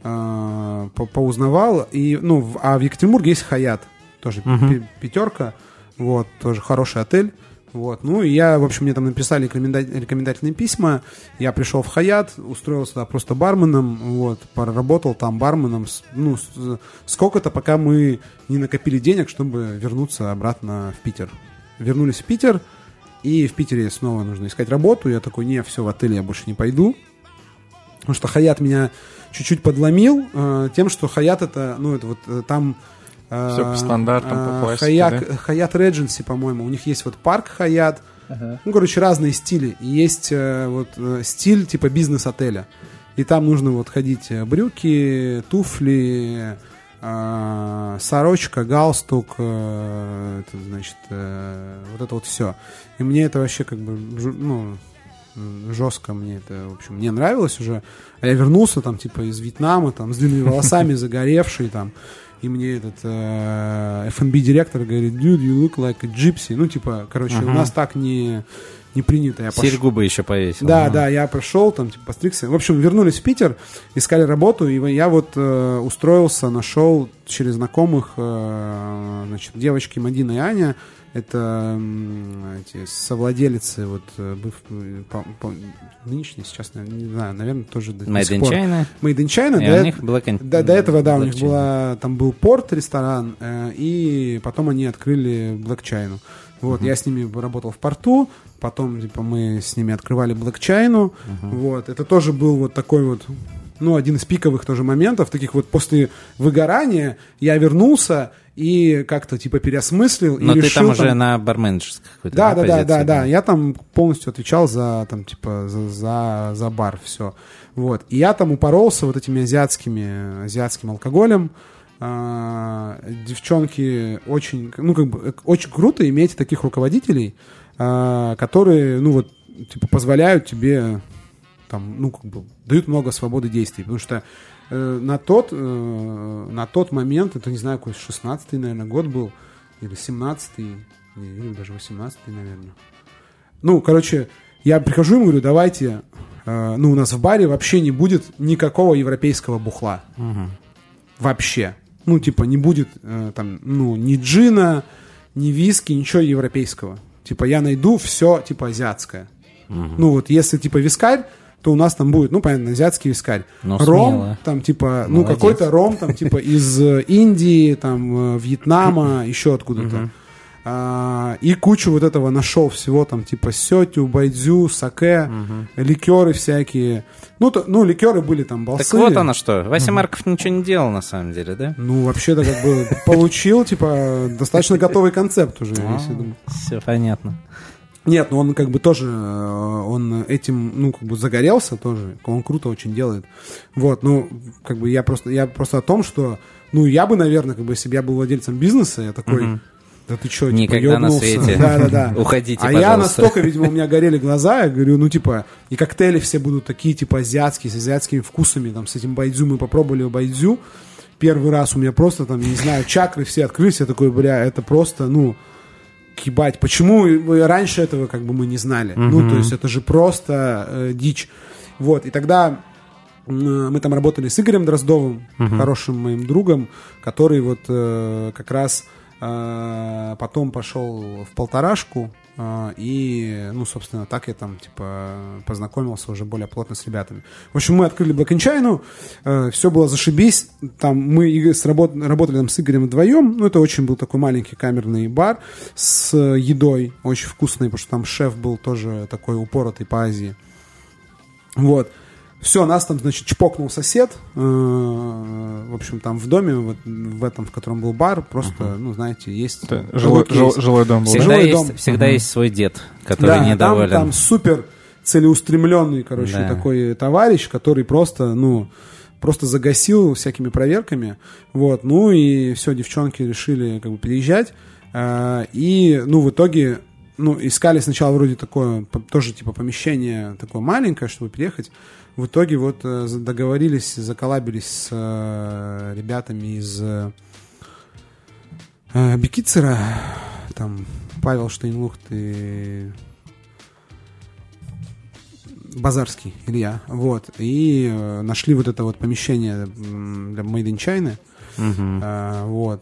поузнавал, и, ну, а в Екатеринбурге есть Хаят, тоже пятерка, вот, тоже хороший отель, вот, ну, и я, в общем, мне там написали рекомендательные письма, я пришел в Хаят, устроился туда просто барменом, вот, поработал там барменом, ну, сколько-то, пока мы не накопили денег, чтобы вернуться обратно в Питер. Вернулись в Питер, и в Питере снова нужно искать работу, я такой, не, все, в отель я больше не пойду, потому что Хаят меня чуть-чуть подломил тем, что Хаят это, ну, это вот там... Все по стандартам, по классике, Хаят Редженси, по-моему. У них есть вот парк Хаят. Ну, короче, разные стили. И есть вот стиль типа бизнес-отеля. И там нужно вот ходить брюки, туфли, сорочка, галстук, это, значит, вот это вот все. И мне это вообще как бы, ну... жестко мне это, в общем, не нравилось уже. А я вернулся там, типа, из Вьетнама, там, с длинными волосами, загоревший, там, и мне этот F&B-директор говорит, dude, you look like a gypsy. Ну, типа, короче, у нас так не принято. Серьгубы еще повесил. Да, я прошел, там, типа, постригся. В общем, вернулись в Питер, искали работу, и я вот устроился, нашел через знакомых, значит, девочки Мадина и Аня. Это эти совладелицы, вот, нынешние, сейчас, не знаю, наверное, тоже до сих пор. Made in China. И у них до этого, да, у них там был порт, ресторан, и потом они открыли Black China. Вот, я с ними работал в порту, потом, типа, мы с ними открывали Black China. Вот, это тоже был вот такой вот, ну, один из пиковых тоже моментов, таких вот после выгорания я вернулся и как-то, типа, переосмыслил. Но и ты решил, там уже на барменджерской какой-то позиции. Да. Я там полностью отвечал за, там, типа, за бар, все. Вот. И я там упоролся вот этим азиатским алкоголем. Девчонки очень, ну, как бы, очень круто иметь таких руководителей, которые, ну, вот, типа, позволяют тебе, там, ну, как бы, дают много свободы действий, потому что на тот момент, это, не знаю, какой 16-й, наверное, год был, или 17-й, или даже 18-й, наверное. Ну, короче, я прихожу и говорю, давайте, ну, у нас в баре вообще не будет никакого европейского бухла. Вообще. Ну, типа, не будет там, ну, ни джина, ни виски, ничего европейского. Типа, я найду все, типа, азиатское. Ну, вот, если, типа, вискарь, то у нас там будет, ну, понятно, азиатский вискарь. Но ром, смело. Там, типа, ну, какой-то ром, там, типа, из Индии, там, Вьетнама, еще откуда-то. И кучу вот этого нашел всего, там, типа, сетю, байдзю, саке, ликеры всякие. Ну, ликеры были там, балсы. Так вот оно что, Вася Марков ничего не делал, на самом деле, да? Ну, вообще-то, как бы, получил, типа, достаточно готовый концепт уже, если думать. Все понятно. Нет, ну он как бы тоже, он этим, ну, как бы загорелся тоже, он круто очень делает. Вот, ну, как бы я просто о том, что, ну, я бы, наверное, как бы, если бы я был владельцем бизнеса, я такой, да ты что, никогда типа, ёбнулся? на свете. Да. Уходите, а пожалуйста. Я настолько, видимо, у меня горели глаза, я говорю, ну, типа, и коктейли все будут такие, типа, азиатские, с азиатскими вкусами, там, с этим байдзю, мы попробовали байдзю, первый раз у меня просто, там, я не знаю, чакры все открылись, я такой, бля, это просто, ну, ебать, почему раньше этого как бы мы не знали? Ну, то есть это же просто дичь. Вот, и тогда мы там работали с Игорем Дроздовым, хорошим моим другом, который вот как раз потом пошел в полторашку, и, ну, собственно, так я там, типа, познакомился уже более плотно с ребятами. В общем, мы открыли Black & China, все было зашибись, там мы работали там с Игорем вдвоем, ну, это очень был такой маленький камерный бар с едой, очень вкусной, потому что там шеф был тоже такой упоротый по Азии. Вот. Все, нас там, значит, чпокнул сосед, в общем, там в доме, вот в этом, в котором был бар, просто, ну, знаете, есть... Жилой дом был. Всегда есть свой дед, который недоволен. Там супер целеустремленный, короче, такой товарищ, который просто, ну, просто загасил всякими проверками, вот, ну, и все, девчонки решили, как бы, переезжать, и, ну, в итоге... Ну, искали сначала вроде такое, тоже типа помещение такое маленькое, чтобы переехать. В итоге вот договорились, заколлабились с ребятами из Бекицера, там Павел Штейнлухт и Базарский Илья, вот, и нашли вот это вот помещение для Made in China. Вот,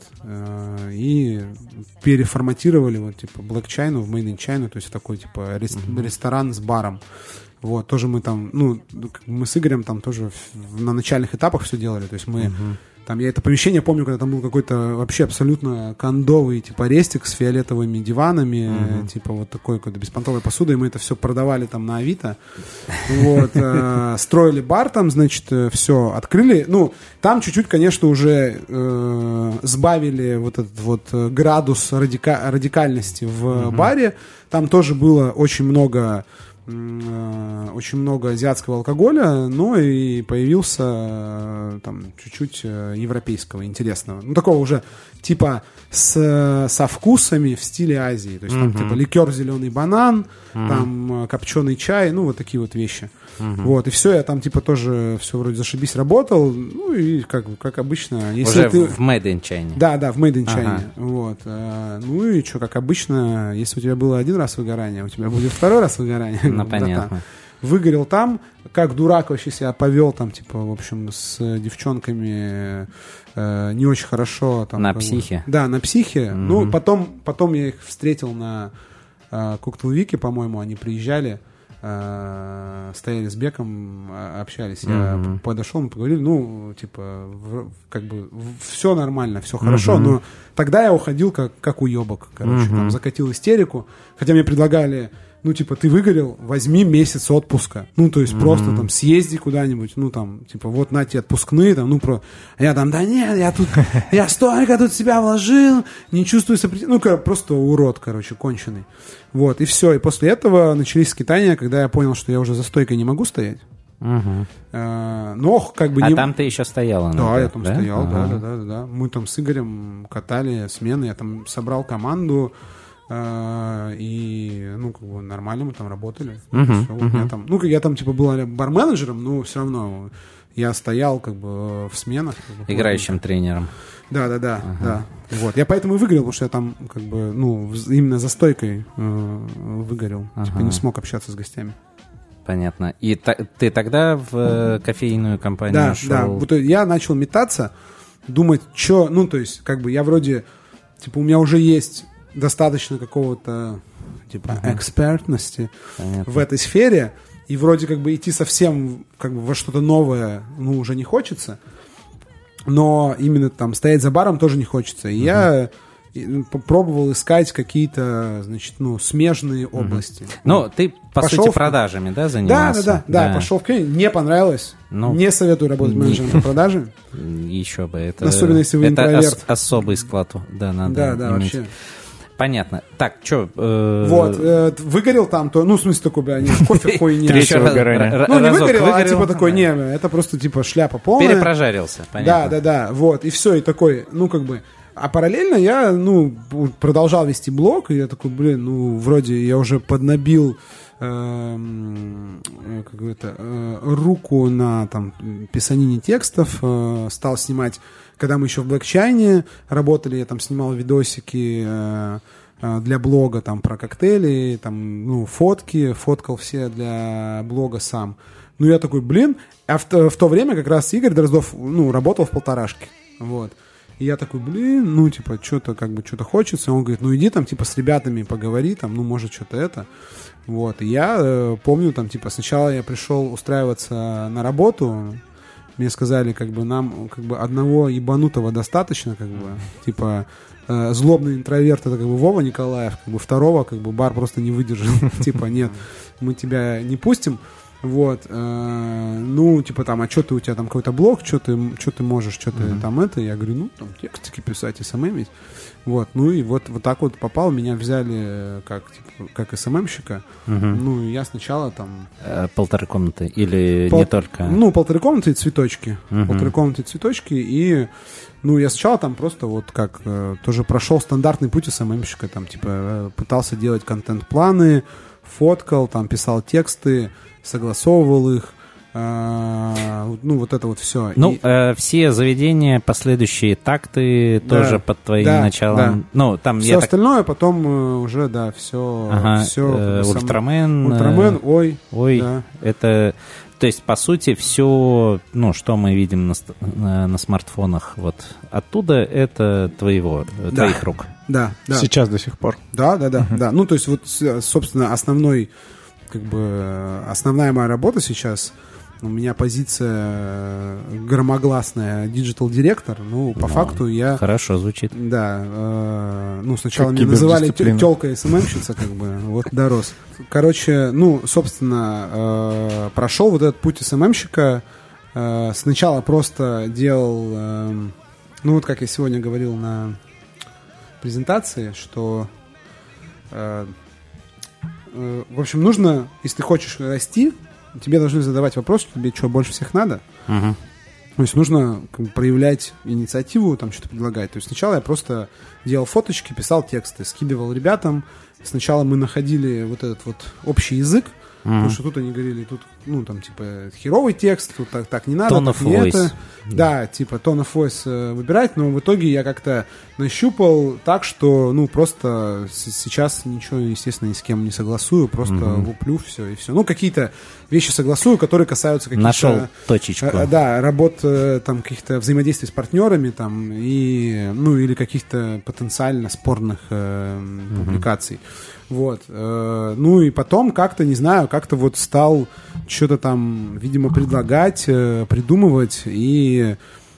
и переформатировали вот типа Black China в Made in China, то есть такой типа ресторан с баром. Вот, тоже мы там, ну, мы с Игорем там тоже на начальных этапах все делали, то есть мы там, я это помещение помню, когда там был какой-то вообще абсолютно кондовый типа рестик с фиолетовыми диванами, типа вот такой какой-то беспонтовой посудой, мы это все продавали там на Авито, вот, строили бар там, значит, все, открыли, ну, там чуть-чуть, конечно, уже сбавили вот этот вот градус радикальности в баре, там тоже было очень много азиатского алкоголя, но и появился там чуть-чуть европейского, интересного. Ну, такого уже типа со вкусами в стиле Азии. То есть там типа ликер зеленый банан, там копченый чай, ну, вот такие вот вещи. Вот, и все, я там типа тоже все вроде зашибись работал, ну, и как обычно. Если уже ты... в Made in China. Да, в Made in China. Вот. Ну и что, как обычно, если у тебя было один раз выгорание, у тебя будет второй раз выгорание. Ну, понятно. Выгорел там, как дурак вообще себя повел там, типа, в общем, с девчонками не очень хорошо. Там, на психе? Да, на психе. Ну, потом я их встретил на Коктейл-Вике, по-моему, они приезжали, стояли с Беком, общались. Я подошел, мы поговорили, ну, типа, как бы все нормально, все хорошо, но тогда я уходил как уебок, короче, там, закатил истерику, хотя мне предлагали, ну, типа, ты выгорел, возьми месяц отпуска, ну, то есть просто там съезди куда-нибудь, ну, там, типа, вот на тебе отпускные, там, ну, я там, да нет, я столько тут себя вложил, не чувствую сопротивления, ну, просто урод, короче, конченый. Вот, и все. И после этого начались скитания, когда я понял, что я уже за стойкой не могу стоять. Но как бы... А там ты еще стояла? Да, я там стоял, да. Мы там с Игорем катали смены, я там собрал команду, и, ну, как бы нормально мы там работали. Я там, типа, был бар-менеджером, но все равно я стоял, как бы, в сменах. Как бы, играющим тренером. Да. Вот. Я поэтому и выгорел, потому что я там, как бы, ну, именно за стойкой выгорел. Типа, не смог общаться с гостями. Понятно. И ты тогда в кофейную компанию шел? Да. Вот я начал метаться, думать, что... Ну, то есть, как бы, я вроде... Типа, у меня уже есть достаточно какого-то, типа, экспертности в этой сфере, и вроде как бы идти совсем, как бы, во что-то новое, ну, уже не хочется. Но именно там стоять за баром тоже не хочется. И я попробовал искать какие-то, значит, ну, смежные области. Ну, ты, по сути, продажами, да, занимался? Да, пошел в кофейню, не понравилось. Ну, не советую работать менеджером по продажам. Еще бы. Это, особенно, если вы интроверт. Это особый склад, да, надо иметь. Вообще. Понятно. Так, что... Вот, выгорел там, то, ну, в смысле, такой, бля, кофе хуйня. Третьего выгорания. Ну, не выгорел, а типа такой, не, это просто типа шляпа полная. Перепрожарился, понятно. Да, вот, и все, и такой, ну, как бы... А параллельно я, ну, продолжал вести блог, и я такой, блин, ну, вроде я уже поднабил руку на там писанине текстов, стал снимать, когда мы еще в Блэкчайне работали, я там снимал видосики для блога там про коктейли, там, ну, фоткал все для блога сам. Ну, я такой, блин, а в то время как раз Игорь Дроздов, ну, работал в «Полторашке», вот. И я такой, блин, ну, типа, что-то хочется. Он говорит, ну, иди там, типа, с ребятами поговори, там, ну, может, что-то это. Вот, и я помню, там, типа, сначала я пришел устраиваться на работу, мне сказали, как бы, нам, как бы, одного ебанутого достаточно, как бы, типа, злобный интроверт, это, как бы, Вова Николаев, как бы, второго, как бы, бар просто не выдержал, типа, нет, мы тебя не пустим. Вот, ну, типа там, а что ты, у тебя там какой-то блог, что ты можешь, что ты там это, я говорю, ну, там, текстики писать, СММить, вот, ну, и вот так вот попал, меня взяли как СММщика, ну, и я сначала там... 1,5 комнаты или не только? Ну, 1,5 комнаты и цветочки, 1,5 комнаты и цветочки, и, ну, я сначала там просто вот как, тоже прошел стандартный путь СММщика, там, типа, пытался делать контент-планы, фоткал, там, писал тексты, согласовывал их, ну, вот это вот все. Ну, все заведения, последующие такты тоже под твоим началом. Да. Ну, там все остальное потом уже, да, все. Ага, Ультрамен, ой. Да. Это, то есть, по сути, все, ну, что мы видим на смартфонах, вот оттуда это твоих рук. Да. Сейчас до сих пор. Да. Ну, то есть, вот, собственно, основная моя работа сейчас, у меня позиция громогласная диджитал-директор, ну, по факту я... Хорошо звучит. Да, ну, сначала меня называли тёлка СММщица, как бы, вот дорос. Короче, ну, собственно, прошел вот этот путь СММщика, сначала просто делал, ну, вот как я сегодня говорил на презентации, что... В общем, нужно, если ты хочешь расти, тебе должны задавать вопрос, тебе что больше всех надо. То есть нужно проявлять инициативу, там что-то предлагать. То есть сначала я просто делал фоточки, писал тексты, скидывал ребятам. Сначала мы находили вот этот вот общий язык, потому что тут они говорили, тут, ну, там, типа, херовый текст, тут так не надо, так не это. Да, типа, tone of voice выбирать, но в итоге я как-то нащупал так, что, ну, просто сейчас ничего, естественно, ни с кем не согласую, просто луплю все и все. Ну, какие-то вещи согласую, которые касаются каких-то... Нашел точечку. Да, работ, там, каких-то взаимодействий с партнерами, там, и, ну, или каких-то потенциально спорных публикаций. Вот. Ну и потом как-то, не знаю, как-то вот стал что-то там, видимо, предлагать, придумывать, и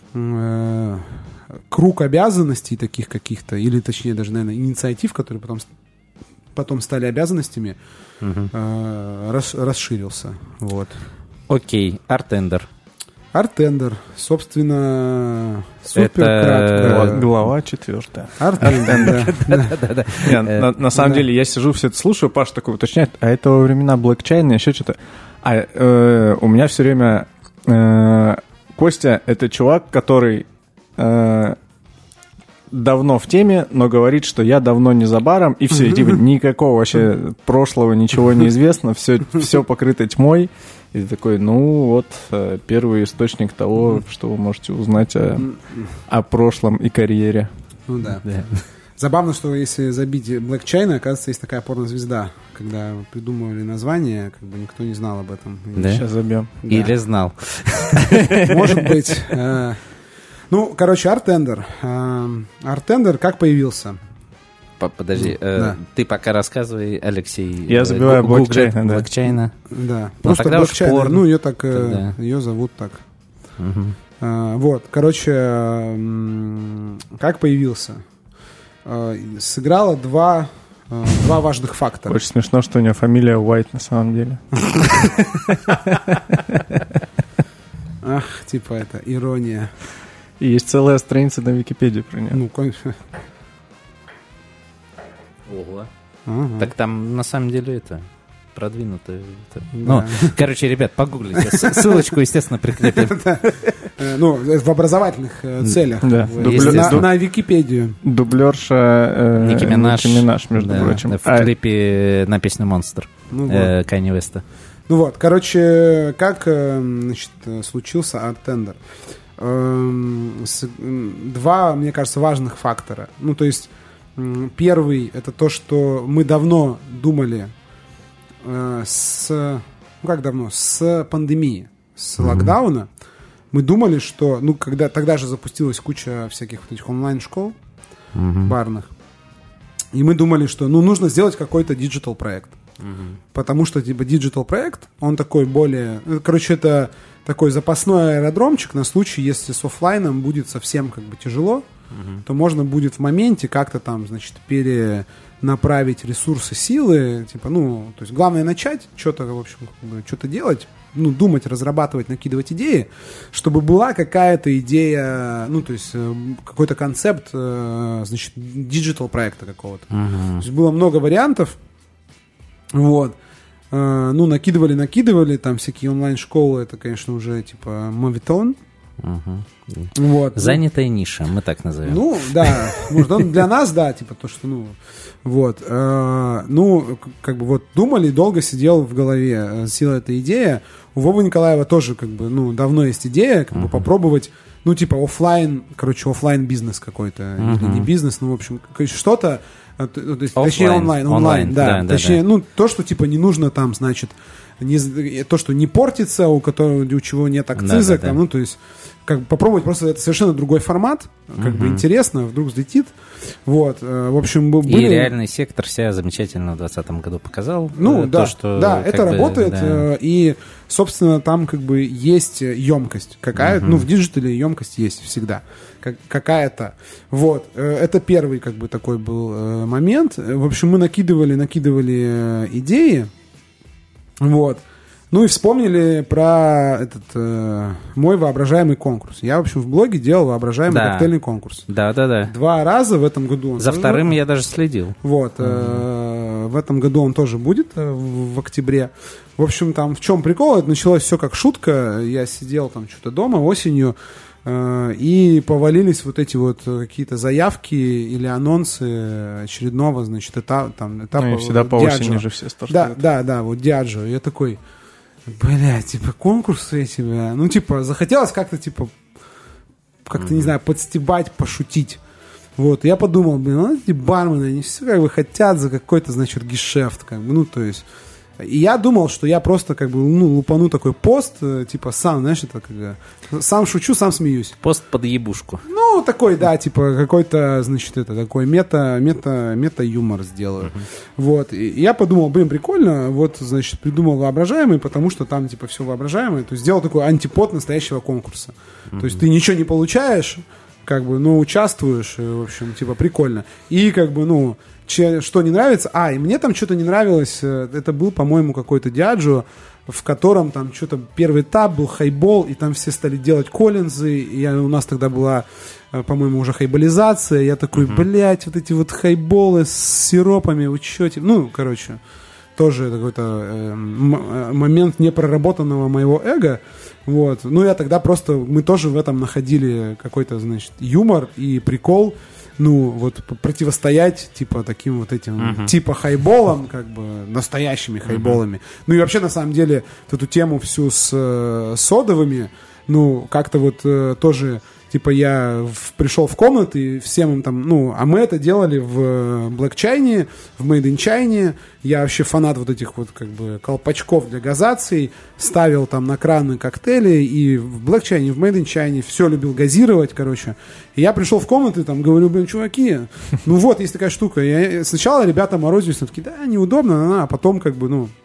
круг обязанностей таких каких-то, или точнее даже, наверное, инициатив, которые потом стали обязанностями, расширился. Вот. Окей, Артендер, собственно, супер кратко. Глава 4. Артендер, да. На самом деле, я сижу, все это слушаю, Паша такой уточняет, а это во времена блокчейна, еще что-то. У меня все время Костя — это чувак, который давно в теме, но говорит, что я давно не за баром, и все, типа, никакого вообще прошлого, ничего не известно, все покрыто тьмой. И ты такой, ну вот, первый источник того, что вы можете узнать о прошлом и карьере. Ну да. Забавно, что если забить Black China, оказывается, есть такая порнозвезда. Когда придумывали название, как бы никто не знал об этом. Да? Сейчас забьем. Да. Или знал. Может быть. Ну, короче, Артендер. Артендер как появился? Подожди, ты пока рассказывай, Алексей. Я забиваю блокчейна. Да, просто блокчейн. Ну, ее так, ее зовут так. Вот, короче, как появился? Сыграло два важных фактора. Очень смешно, что у нее фамилия Уайт на самом деле. Ах, типа это, ирония. И есть целая страница на Википедии про нее. Ну, конечно. Ого. Ага. Так там на самом деле это продвинуто. Да. Ну, короче, ребят, погуглите. Ссылочку, естественно, прикрепим. Ну, в образовательных целях. Да. На Википедию. Дублерша Ники Минаж, между прочим. В клипе на песню «Монстр» Канье Уэста. Ну вот, короче, как, значит, случился Artender? Два, мне кажется, важных фактора. Ну, то есть, первый — это то, что мы давно думали с пандемии, с локдауна. Мы думали, что, ну, когда тогда же запустилась куча всяких вот этих онлайн-школ барных, и мы думали, что, ну, нужно сделать какой-то диджитал-проект. Потому что, типа, диджитал-проект, он такой более... Короче, это такой запасной аэродромчик на случай, если с офлайном будет совсем как бы тяжело, то можно будет в моменте как-то там, значит, перенаправить ресурсы, силы, типа, ну, то есть главное начать что-то, в общем, как бы, что-то делать, ну, думать, разрабатывать, накидывать идеи, чтобы была какая-то идея, ну, то есть какой-то концепт, значит, диджитал-проекта какого-то. То есть было много вариантов, вот. Ну, накидывали, там всякие онлайн-школы, это, конечно, уже, типа, моветон. Вот. Занятая ниша, мы так назовем. Ну, да, может, для нас, да, типа, то, что, ну, вот. Ну, как бы, вот, думали, долго сидел в голове, сила эта идея. У Вовы Николаева тоже, как бы, ну, давно есть идея, как бы, попробовать, ну, типа, офлайн бизнес какой-то, или не бизнес, ну, в общем, что-то, точнее, онлайн, да, точнее, ну, то, что, типа, не нужно там, значит, то, что не портится, у чего нет акциза, там, ну, то есть, как бы попробовать просто это совершенно другой формат, как бы интересно, вдруг взлетит, вот, в общем, были... И реальный сектор себя замечательно в 2020 году показал. Ну, да, то, что, да, это бы, работает, да. И, собственно, там, как бы, есть емкость какая-то, ну, в диджитале емкость есть всегда, какая-то, вот, это первый, как бы, такой был момент, в общем, мы накидывали идеи, вот. Ну и вспомнили про этот мой воображаемый конкурс. Я, в общем, в блоге делал воображаемый коктейльный конкурс. Да. 2 раза в этом году. За вторым я даже следил. Вот. В этом году он тоже будет в октябре. В общем, там в чем прикол? Это началось все как шутка. Я сидел там что-то дома осенью, и повалились вот эти вот какие-то заявки или анонсы очередного, значит, этапа. Ну и всегда по осени же все стартуют. Да, вот Диаджо. Я такой... Блядь, типа, конкурсы эти, бля. Ну, типа, захотелось как-то, типа, не знаю, подстебать, пошутить. Вот, я подумал, блин, ну, эти бармены, они все как бы хотят за какой-то, значит, гешефт, как бы, ну, то есть... И я думал, что я просто, как бы, ну, лупану такой пост, типа, сам, знаешь, это как бы, сам шучу, сам смеюсь. Пост под ебушку. Ну, такой, да, типа, какой-то, значит, это, такой мета-юмор сделаю. Вот, и я подумал, блин, прикольно, вот, значит, придумал воображаемый, потому что там, типа, все воображаемое, то есть сделал такой антипод настоящего конкурса. То есть ты ничего не получаешь, как бы, ну, участвуешь, в общем, типа, прикольно. И, как бы, ну, что не нравится, и мне там что-то не нравилось, это был, по-моему, какой-то Диаджо, в котором там что-то первый этап был хайбол, и там все стали делать коллинзы, и у нас тогда была, по-моему, уже хайболизация, я такой, блядь, вот эти вот хайболы с сиропами, вы чё, ну, короче, тоже какой-то момент непроработанного моего эго, вот, ну, я тогда просто, мы тоже в этом находили какой-то, значит, юмор и прикол, ну, вот противостоять, типа, таким вот этим, типа, хайболам, как бы, настоящими хайболами. Ну, и вообще, на самом деле, эту тему всю с содовыми, ну, как-то вот тоже, типа, я пришел в комнаты, и всем им там, ну, а мы это делали в Black China, в Made in China. Я вообще фанат вот этих вот, как бы, колпачков для газации, ставил там на краны коктейли, и в Black China, и в Made in China все любил газировать, короче. И я пришел в комнаты, там, говорю, блин, чуваки, ну вот, есть такая штука. Сначала ребята морозились, такие, да, неудобно, а потом, как бы, ну,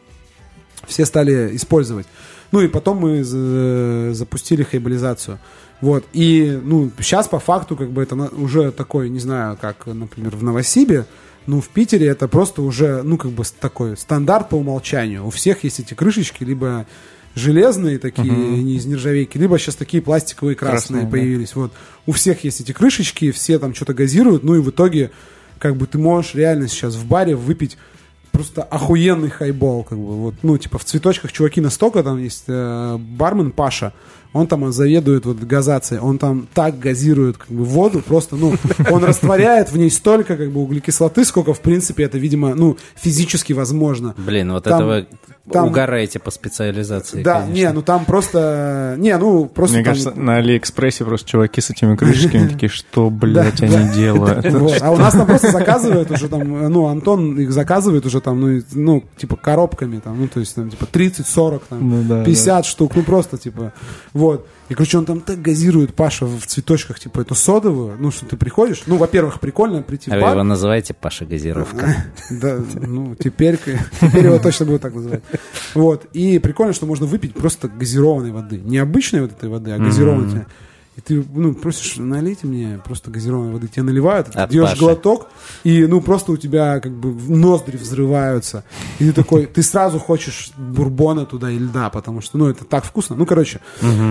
все стали использовать. Ну, и потом мы запустили хайболизацию. Вот, и, ну, сейчас по факту, как бы, это уже такой, не знаю, как, например, в Новосибе, ну, в Питере это просто уже, ну, как бы, такой стандарт по умолчанию. У всех есть эти крышечки, либо железные такие, не из нержавейки, либо сейчас такие пластиковые красные появились. Вот, у всех есть эти крышечки, все там что-то газируют, ну, и в итоге как бы ты можешь реально сейчас в баре выпить просто охуенный хайбол, как бы, вот, ну, типа, в «Цветочках» чуваки настолько, там есть бармен Паша, он там заведует вот газацией, он там так газирует, как бы, воду, просто, ну, он растворяет в ней столько, как бы, углекислоты, сколько, в принципе, это, видимо, ну, физически возможно. Блин, вот там, это вы угораете по специализации, да, конечно. не, ну, там просто, просто Мне там... кажется, на Алиэкспрессе просто чуваки с этими крышечками такие, что, блядь, они делают? А у нас там просто заказывают уже там, ну, Антон их заказывает уже там, ну, типа, коробками, там, ну, то есть, там, типа, 30-40, там, 50 штук, ну, просто, типа, вот. И, короче, он там так газирует, Паша, в «Цветочках», типа, эту содовую, ну, что ты приходишь, ну, во-первых, прикольно прийти в бар. А вы его называете Паша Газировка? Да, ну, теперь его точно будут так называть. Вот, и прикольно, что можно выпить просто газированной воды. Не обычной вот этой воды, а газированной. И ты, ну, просишь, налейте мне просто газированной воды. Тебе наливают, ты делаешь глоток, и, ну, просто у тебя, как бы, ноздри взрываются. И ты такой, ты сразу хочешь бурбона туда и льда, потому что, ну, это так вкусно. Ну, короче,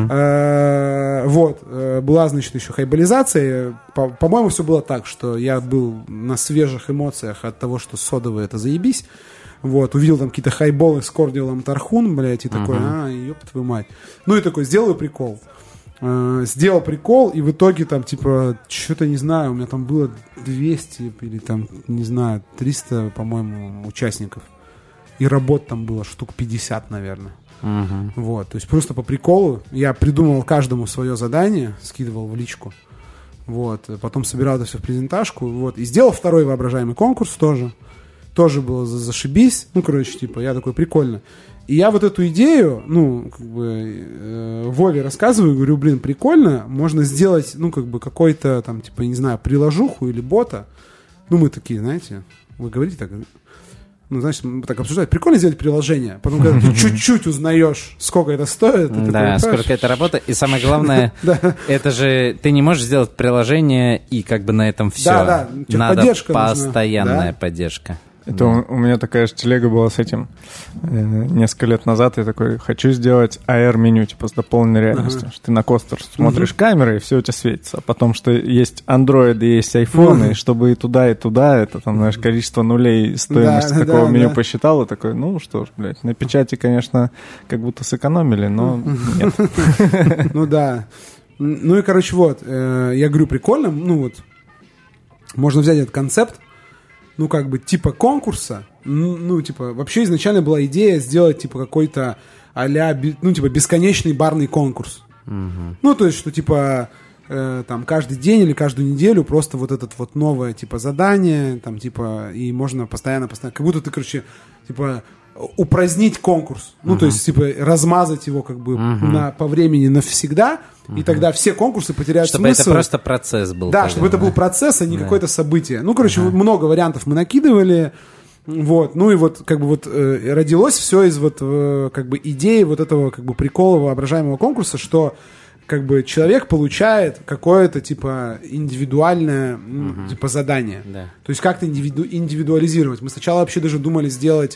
вот, была, значит, еще хайболизация. По-моему, все было так, что я был на свежих эмоциях от того, что содовые это заебись. Вот, увидел там какие-то хайболы с кордилом Тархун, блядь, и такой, ёб твою мать. Ну, и такой, сделаю прикол. Сделал прикол, и в итоге там, типа, что-то, не знаю, у меня там было 200 или там, не знаю, 300, по-моему, участников. И работ там было штук 50, наверное. Вот, то есть просто по приколу я придумывал каждому свое задание, скидывал в личку. Вот, потом собирал это все в презентажку, вот, и сделал второй воображаемый конкурс тоже. Тоже было зашибись. Ну, короче, типа, я такой, прикольно. И я вот эту идею, ну, как бы, Вове рассказываю, говорю, блин, прикольно, можно сделать, ну, как бы, какой-то, там, типа, не знаю, приложуху или бота. Ну, мы такие, знаете, вы говорите так, ну, значит, мы так обсуждаем, прикольно сделать приложение. Потом, когда ты чуть-чуть узнаешь, сколько это стоит. Да, сколько это работает. И самое главное, это же, ты не можешь сделать приложение, и как бы на этом все. Да, надо постоянная поддержка. Это у меня такая же телега была с этим. Несколько лет назад я такой, хочу сделать AR-меню, типа с дополненной реальностью. Что ты на костер смотришь камеры, и все у тебя светится. А потом, что есть Android и есть iPhone, и чтобы и туда, это там, знаешь, количество нулей стоимости такого меню посчитал, и такой, ну что ж, блядь, на печати, конечно, как будто сэкономили, но нет. Ну да. Ну и, короче, вот, я говорю, прикольно, ну вот, можно взять этот концепт, ну, как бы, типа конкурса, ну, типа, вообще изначально была идея сделать, типа, какой-то а-ля, ну, типа, бесконечный барный конкурс. Ну, то есть, что, типа, там, каждый день или каждую неделю просто вот это вот новое, типа, задание, там, типа, и можно постоянно, как будто ты, короче, типа, упразднить конкурс. Ну, то есть, типа, размазать его, как бы, по времени навсегда, и тогда все конкурсы потеряют смысл. Чтобы это просто процесс был. Да, чтобы это был процесс, а не какое-то событие. Ну, короче, много вариантов мы накидывали. Вот, ну и вот, как бы вот родилось все из вот, как бы, идеи вот этого, как бы, прикола воображаемого конкурса, что, как бы, человек получает какое-то, типа, индивидуальное, типа, задание. Да. То есть как-то индивидуализировать. Мы сначала вообще даже думали сделать,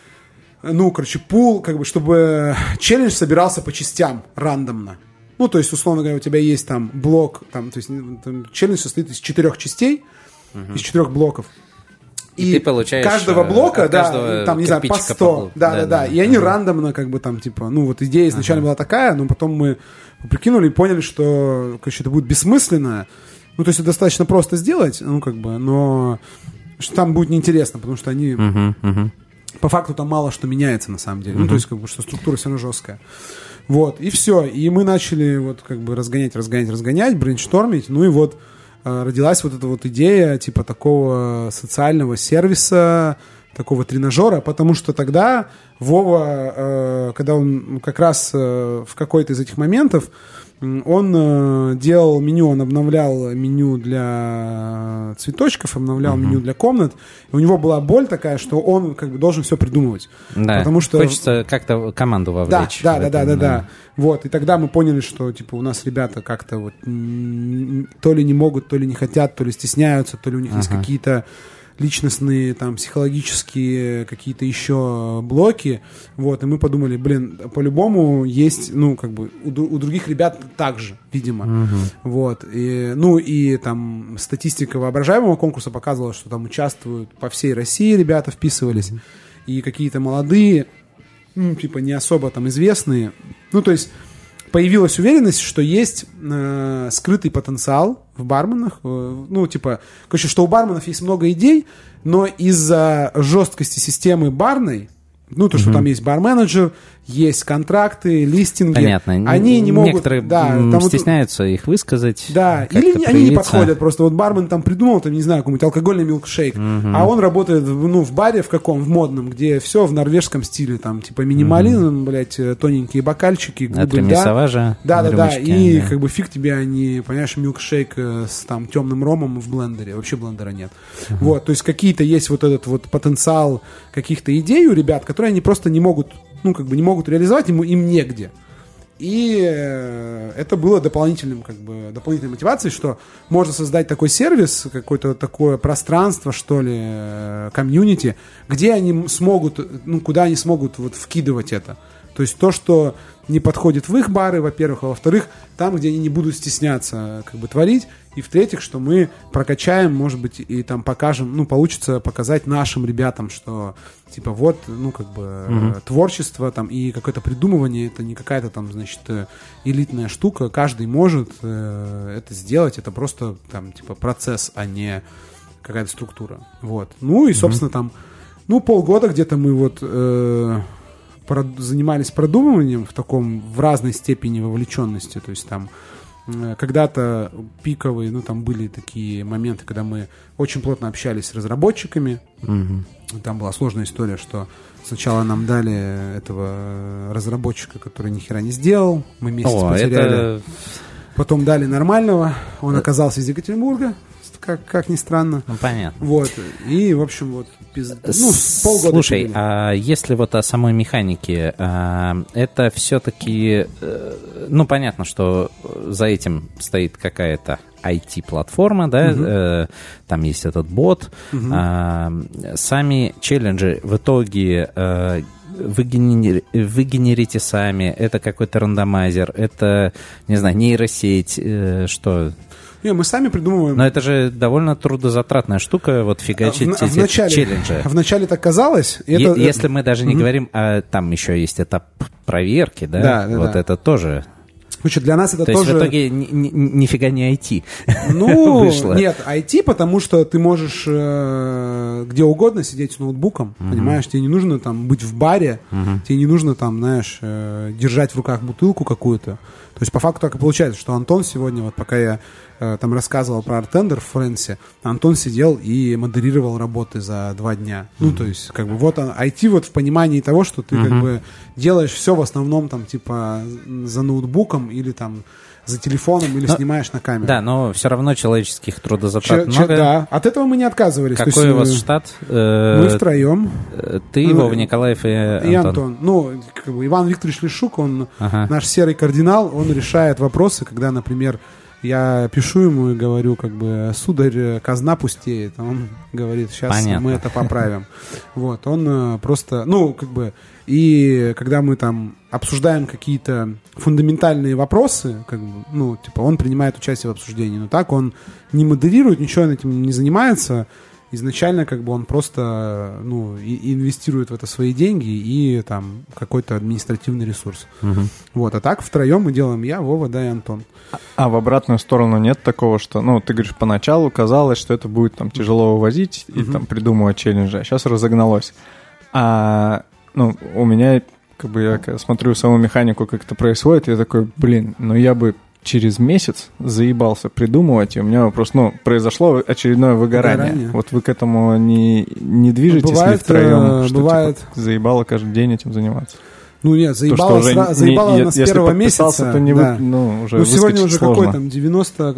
ну, короче, пул, как бы, чтобы челлендж собирался по частям, рандомно. Ну, то есть, условно говоря, у тебя есть там блок, там, то есть, там, челлендж состоит из 4 частей, из 4 блоков. И ты получаешь каждого блока, да, там, не знаю, по 100. Да. И они рандомно, как бы, там, типа, ну, вот идея изначально была такая, но потом мы прикинули и поняли, что, короче, это будет бессмысленно. Ну, то есть, это достаточно просто сделать, ну, как бы, но что там будет неинтересно, потому что они... По факту там мало что меняется, на самом деле. Ну, то есть, как бы, что структура все равно жесткая. Вот, и все. И мы начали вот как бы разгонять, брейнштормить. Ну и вот родилась вот эта вот идея типа такого социального сервиса, такого тренажера, потому что тогда Вова, когда он как раз в какой-то из этих моментов, он делал меню, он обновлял меню для цветочков, обновлял меню для комнат. И у него была боль такая, что он как бы должен все придумывать. Да, потому что... хочется как-то команду вовлечь. Да. Вот, и тогда мы поняли, что типа у нас ребята как-то вот то ли не могут, то ли не хотят, то ли стесняются, то ли у них есть какие-то личностные, там, психологические какие-то еще блоки, вот, и мы подумали, по-любому есть, ну, как бы, у других ребят также, видимо, вот, и, ну, и там статистика воображаемого конкурса показывала, что там участвуют по всей России ребята, вписывались, и какие-то молодые, ну, типа, не особо там известные, ну, то есть появилась уверенность, что есть скрытый потенциал в барменах. Ну, типа, короче, что у барменов есть много идей, но из-за жесткости системы барной, ну, то, что там есть бар-менеджер, есть контракты, листинги. Понятно. Они не могут... Некоторые стесняются их высказать. Да, или они не подходят. Просто вот бармен там придумал, там, не знаю, какой-нибудь алкогольный милкшейк, а он работает, ну, в баре в каком? В модном, где все в норвежском стиле, там, типа, минимализм, блядь, тоненькие бокальчики, губы льда. Да, и как бы фиг тебе, они, понимаешь, милкшейк с там темным ромом в блендере. Вообще блендера нет. Вот, то есть какие-то есть вот этот вот потенциал каких-то идей у ребят, которые они просто не могут, ну, как бы не могут реализовать, им негде. И это было дополнительной мотивацией, что можно создать такой сервис, какое-то такое пространство, что ли, комьюнити, где они смогут, ну, куда они смогут вот вкидывать это. То есть то, что не подходит в их бары, во-первых, а во-вторых, там, где они не будут стесняться как бы творить, и в-третьих, что мы прокачаем, может быть, и там покажем, ну, получится показать нашим ребятам, что, типа, вот, ну, как бы, творчество там и какое-то придумывание, это не какая-то там, значит, элитная штука, каждый может это сделать, это просто, там, типа, процесс, а не какая-то структура, вот. Ну, и, собственно, там, ну, полгода где-то мы вот... занимались продумыванием в разной степени вовлеченности, то есть там когда-то пиковые, ну там были такие моменты, когда мы очень плотно общались с разработчиками, там была сложная история, что сначала нам дали этого разработчика, который ни хера не сделал, мы месяц потеряли, потом дали нормального, он оказался из Екатеринбурга, как ни странно. Ну, понятно. Вот. И, в общем, вот полгода. Слушай, перед. а если вот о самой механике, это все-таки, ну, понятно, что за этим стоит какая-то IT-платформа, да, там есть этот бот. Сами челленджи в итоге вы генерите сами, это какой-то рандомайзер, это, не знаю, нейросеть, что... Не, мы сами придумываем. Но это же довольно трудозатратная штука, вот фигачить эти челленджи. Вначале так казалось. Если мы даже не говорим, там еще есть этап проверки, да? Вот это тоже... Слушай, для нас это то тоже... То есть в итоге нифига не IT Ну, вышло. Нет, IT, потому что ты можешь где угодно сидеть с ноутбуком, понимаешь, тебе не нужно там быть в баре, тебе не нужно там, знаешь, держать в руках бутылку какую-то. То есть по факту так и получается, что Антон сегодня, вот пока я там рассказывал про Артендер в Фрэнсе, Антон сидел и модерировал работы за 2 дня. Ну, то есть, как бы, вот IT вот в понимании того, что ты как бы делаешь все в основном там, типа, за ноутбуком или там за телефоном или снимаешь на камеру. Да, но все равно человеческих трудозатрат много. Да, от этого мы не отказывались. Какой то есть, у вас штат? Мы втроем. Ты, Вова Николаев и Антон. Ну, как бы Иван Викторович Лешук, он наш серый кардинал, он решает вопросы, когда, например, я пишу ему и говорю, как бы, сударь, казна пустеет. Он говорит, сейчас мы это поправим. Вот, он просто, ну, как бы, и когда мы там обсуждаем какие-то фундаментальные вопросы, как бы, ну, типа, он принимает участие в обсуждении, но так он не модерирует, ничего этим не занимается. Изначально, как бы, он просто, ну, инвестирует в это свои деньги и там какой-то административный ресурс. Вот, а так втроем мы делаем я, Вова, да, и Антон. А в обратную сторону нет такого, что, ну, ты говоришь, поначалу казалось, что это будет там тяжело вывозить и там придумывать челленджи, а сейчас разогналось. Ну, у меня, как бы, я когда смотрю саму механику, как это происходит, я такой, блин, ну я бы через месяц заебался придумывать, и у меня просто, ну, произошло очередное выгорание. Вот вы к этому не движетесь ли втроем, что бывает. Типа, заебало каждый день этим заниматься? Ну нет, заебало нас с первого месяца. То не да. уже ну сегодня уже сложно. какой там 90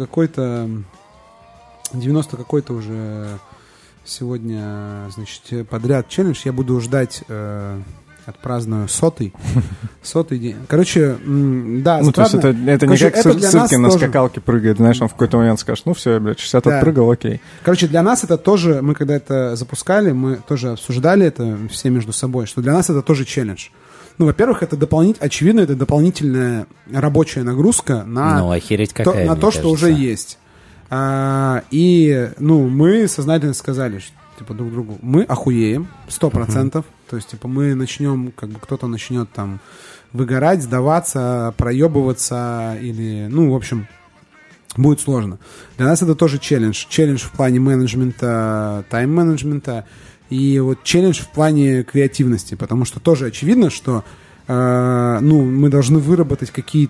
какой-то уже сегодня, значит, подряд челлендж. Я буду ждать отпраздную 100-й день. Короче, да, ну, то есть это не как Сыркин на скакалке прыгает, знаешь, он в какой-то момент скажет, ну, все, я, блядь, 60 отпрыгал, окей. Короче, для нас это тоже, мы когда это запускали, мы тоже обсуждали это все между собой, что для нас это тоже челлендж. Ну, во-первых, это очевидно, это дополнительная рабочая нагрузка на, на то, что уже есть. И, ну, мы сознательно сказали, что, типа, друг другу, мы охуеем 100%. То есть, типа, мы начнем, как бы кто-то начнет там выгорать, сдаваться, проебываться или, ну, в общем, будет сложно. Для нас это тоже челлендж. Челлендж в плане менеджмента, тайм-менеджмента и вот челлендж в плане креативности, потому что тоже очевидно, что, ну, мы должны выработать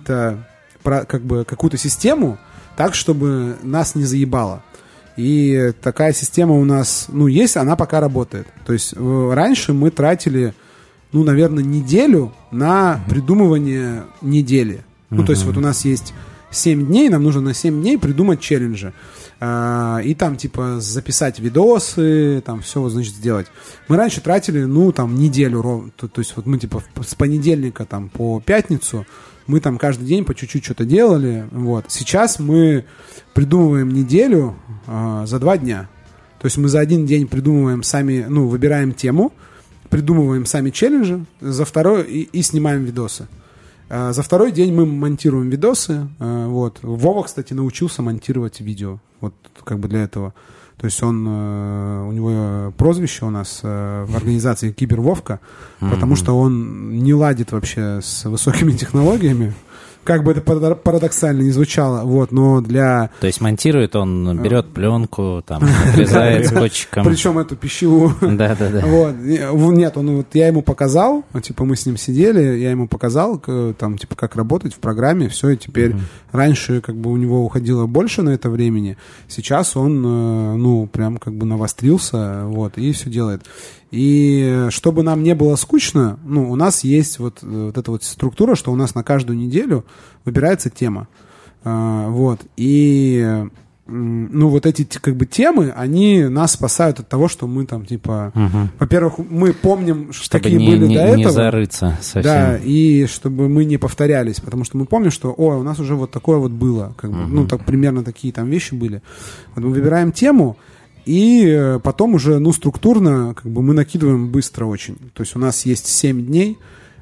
какую-то систему так, чтобы нас не заебало. И такая система у нас, ну, есть, она пока работает. То есть раньше мы тратили, ну, наверное, неделю на придумывание недели. Ну, то есть вот у нас есть 7 дней, нам нужно на 7 дней придумать челленджи. И там, типа, записать видосы, там, все, вот, значит, сделать. Мы раньше тратили, ну, там, неделю ровно. То есть вот мы, типа, с понедельника, там, по пятницу мы там каждый день по чуть-чуть что-то делали. Вот. Сейчас мы придумываем неделю за 2 дня. То есть мы за один день придумываем сами, ну, выбираем тему, придумываем сами челленджи, за второй и снимаем видосы. За второй день мы монтируем видосы. Вот. Вова, кстати, научился монтировать видео. Вот как бы для этого. То есть он, у него прозвище у нас в организации Кибервовка, потому что он не ладит вообще с высокими технологиями. Как бы это парадоксально не звучало, вот, но для... То есть монтирует он, берет пленку, там, отрезает скотчиком. Причем эту пищевую. Да-да-да. Вот. Нет, я ему показал, типа, мы с ним сидели, я ему показал, там, типа, как работать в программе, все, и теперь раньше, как бы, у него уходило больше на это времени, сейчас он, ну, прям, как бы, навострился, вот, и все делает. И чтобы нам не было скучно, ну, у нас есть вот эта вот структура, что у нас на каждую неделю выбирается тема. Вот. И, ну, вот эти, как бы, темы, они нас спасают от того, что мы там, типа, во-первых, мы помним, какие были до этого. Не зарыться совсем. Да, и чтобы мы не повторялись, потому что мы помним, что, у нас уже вот такое вот было, как бы, ну, так примерно такие там вещи были. Вот мы выбираем тему, и потом уже, ну, структурно, как бы, мы накидываем быстро очень. То есть у нас есть 7 дней,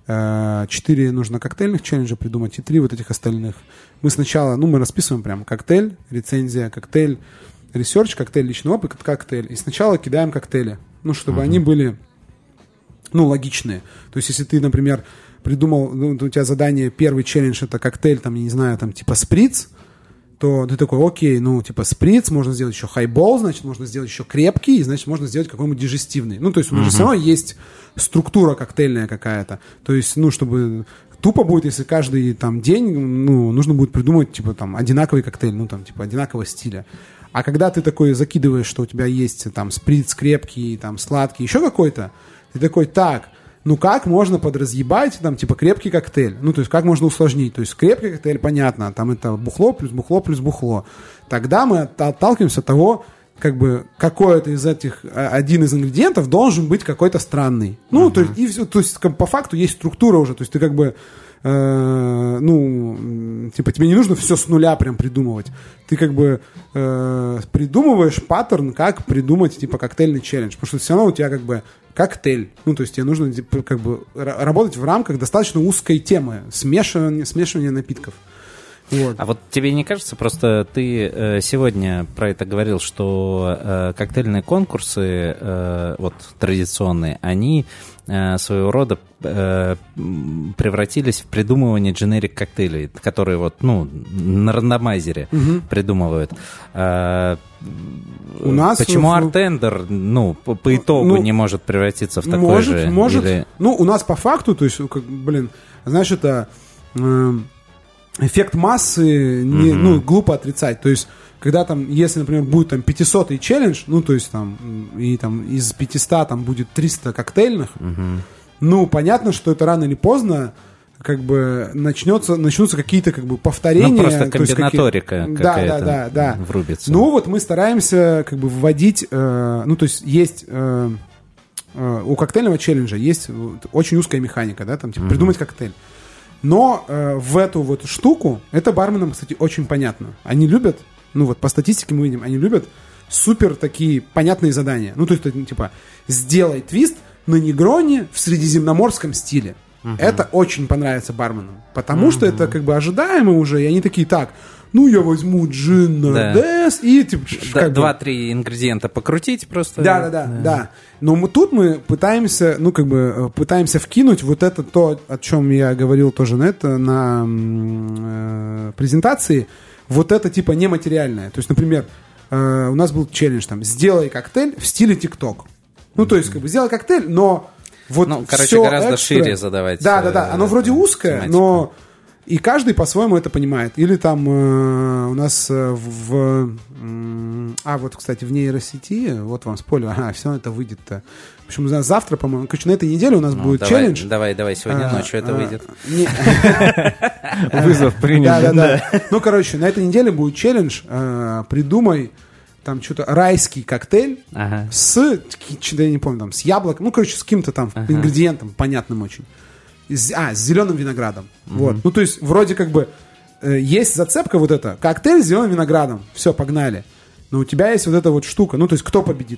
4 нужно коктейльных челленджа придумать, и 3 вот этих остальных. Мы сначала, ну, мы расписываем прям коктейль, рецензия, коктейль, ресерч, коктейль, личный опыт, коктейль. И сначала кидаем коктейли, ну, чтобы они были, ну, логичные. То есть если ты, например, придумал, ну, у тебя задание, первый челлендж — это коктейль, там, я не знаю, там, типа сприц, то ты такой, окей, ну, типа, сприц, можно сделать еще хайбол, значит, можно сделать еще крепкий, и, значит, можно сделать какой-нибудь дижестивный. Ну, то есть у нас же все равно есть структура коктейльная какая-то. То есть, ну, чтобы тупо будет, если каждый там день, ну, нужно будет придумать, типа, там, одинаковый коктейль, ну, там, типа, одинакового стиля. А когда ты такой закидываешь, что у тебя есть, там, сприц крепкий, там, сладкий, еще какой-то, ты такой, так, ну, как можно подразъебать, там, типа, крепкий коктейль? Ну, то есть, как можно усложнить? То есть, крепкий коктейль, понятно, там, это бухло плюс бухло плюс бухло. Тогда мы отталкиваемся от того, как бы, какой-то из этих, один из ингредиентов должен быть какой-то странный. Ну, то есть, и все, то есть, как, по факту есть структура уже, то есть, ты как бы, ну, типа, тебе не нужно все с нуля прям придумывать. Ты как бы придумываешь паттерн, как придумать, типа, коктейльный челлендж. Потому что все равно у тебя как бы коктейль. Ну, то есть тебе нужно, типа, как бы работать в рамках достаточно узкой темы смешивания напитков. Вот. А вот тебе не кажется, просто ты сегодня про это говорил, что коктейльные конкурсы, вот традиционные, они своего рода превратились в придумывание дженерик коктейлей, которые вот, ну, на рандомайзере придумывают. У нас почему Артендер, ну, по итогу не может превратиться в такой же? Может. Или... Ну, у нас по факту, то есть, как, блин, знаешь, это эффект массы, ну, глупо отрицать. То есть, когда там, если, например, будет там 500-й челлендж, ну, то есть там, и там из 500 там будет 300 коктейльных, ну, понятно, что это рано или поздно как бы начнутся какие-то как бы повторения. Ну, просто комбинаторика какая-то да. врубится. Ну, вот мы стараемся как бы вводить, ну, то есть у коктейльного челленджа есть очень узкая механика, да, там, типа, придумать коктейль. Но в эту вот штуку, это барменам, кстати, очень понятно. Они любят, ну вот по статистике мы видим, они любят супер такие понятные задания. Ну, то есть, типа, сделай твист на негроне в средиземноморском стиле. Это очень понравится барменам. Потому что это как бы ожидаемо уже, и они такие, так, ну, я возьму джин на дес, и типа... 2-3 ингредиента покрутить просто. Да. Но мы пытаемся, ну, как бы, пытаемся вкинуть вот это то, о чем я говорил тоже на презентации, вот это, типа, нематериальное. То есть, например, у нас был челлендж, там, сделай коктейль в стиле ТикТок. Ну, то есть, как бы, сделай коктейль, но вот все гораздо экстра... шире задавать. Да. Оно вроде узкое, тематику. Но и каждый по-своему это понимает. Или там у нас вот, кстати, в нейросети, вот вам спойлер, все это выйдет-то. В общем, у нас завтра, по-моему, короче, на этой неделе у нас будет челлендж. Давай, сегодня ночью это выйдет. Вызов принят. Да. Ну, короче, на этой неделе будет челлендж. Придумай там что-то райский коктейль с, я не помню, там, с яблоком, ну, короче, с каким-то там ингредиентом, понятным очень. С зеленым виноградом. Вот. Ну, то есть, вроде как бы есть зацепка вот эта. Коктейль с зеленым виноградом. Все, погнали. Но у тебя есть вот эта вот штука. Ну, то есть, кто победит?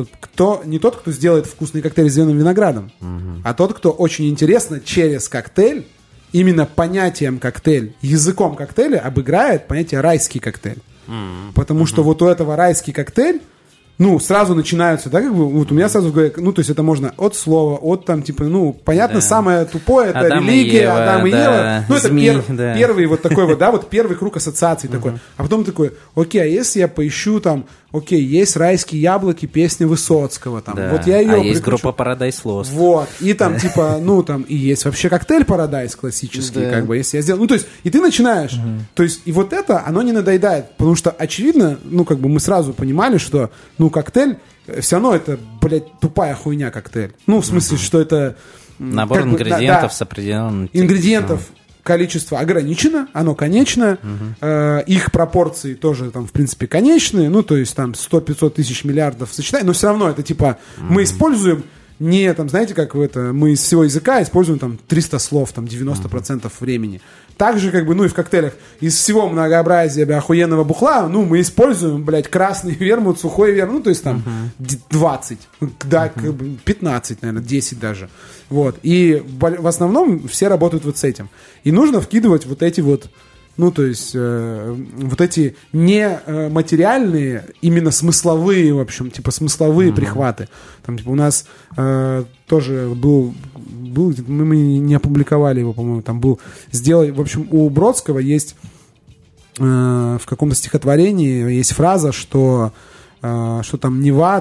Не тот, кто сделает вкусный коктейль с зеленым виноградом, а тот, кто очень интересно через коктейль, именно понятием коктейль, языком коктейля обыграет понятие райский коктейль. Потому что вот у этого райский коктейль, ну, сразу начинаются, да, как бы, вот у меня сразу в голове, ну, то есть это можно от слова, от там, типа, ну, понятно, самое тупое, это Адам религия, и Ева, Адам и Ева. Ну, это змей, первый вот такой вот, да, вот первый круг ассоциаций такой. А потом такой, окей, а если я поищу там, окей, есть «Райские яблоки», песня Высоцкого, там, вот я ее есть группа Paradise Lost. Вот, и там, типа, ну, там, и есть вообще коктейль Paradise классический, как бы, если я сделаю, ну, то есть, и ты начинаешь, то есть, и вот это, оно не надоедает, потому что, очевидно, ну, как бы, мы сразу понимали, что, ну, коктейль, все равно это, блядь, тупая хуйня коктейль. Ну, в смысле, что это... Набор ингредиентов с определенным... Ингредиентов количество ограничено, оно конечно, их пропорции тоже там, в принципе, конечные, ну, то есть там 100-500 тысяч миллиардов сочетаний, но все равно это типа мы используем не, там, знаете, как это, мы из всего языка используем там 300 слов, там 90% времени. Также, как бы, ну и в коктейлях из всего многообразия охуенного бухла, ну, мы используем, блядь, красный вермут, сухой вермут, ну, то есть там 20, да, как бы 15, наверное, 10 даже. Вот. И в основном все работают вот с этим. И нужно вкидывать вот эти вот, ну, то есть, вот эти не материальные, именно смысловые, в общем, типа смысловые прихваты. Там, типа, у нас тоже был, мы не опубликовали его, по-моему, там был, в общем, у Бродского есть в каком-то стихотворении есть фраза, что там Нева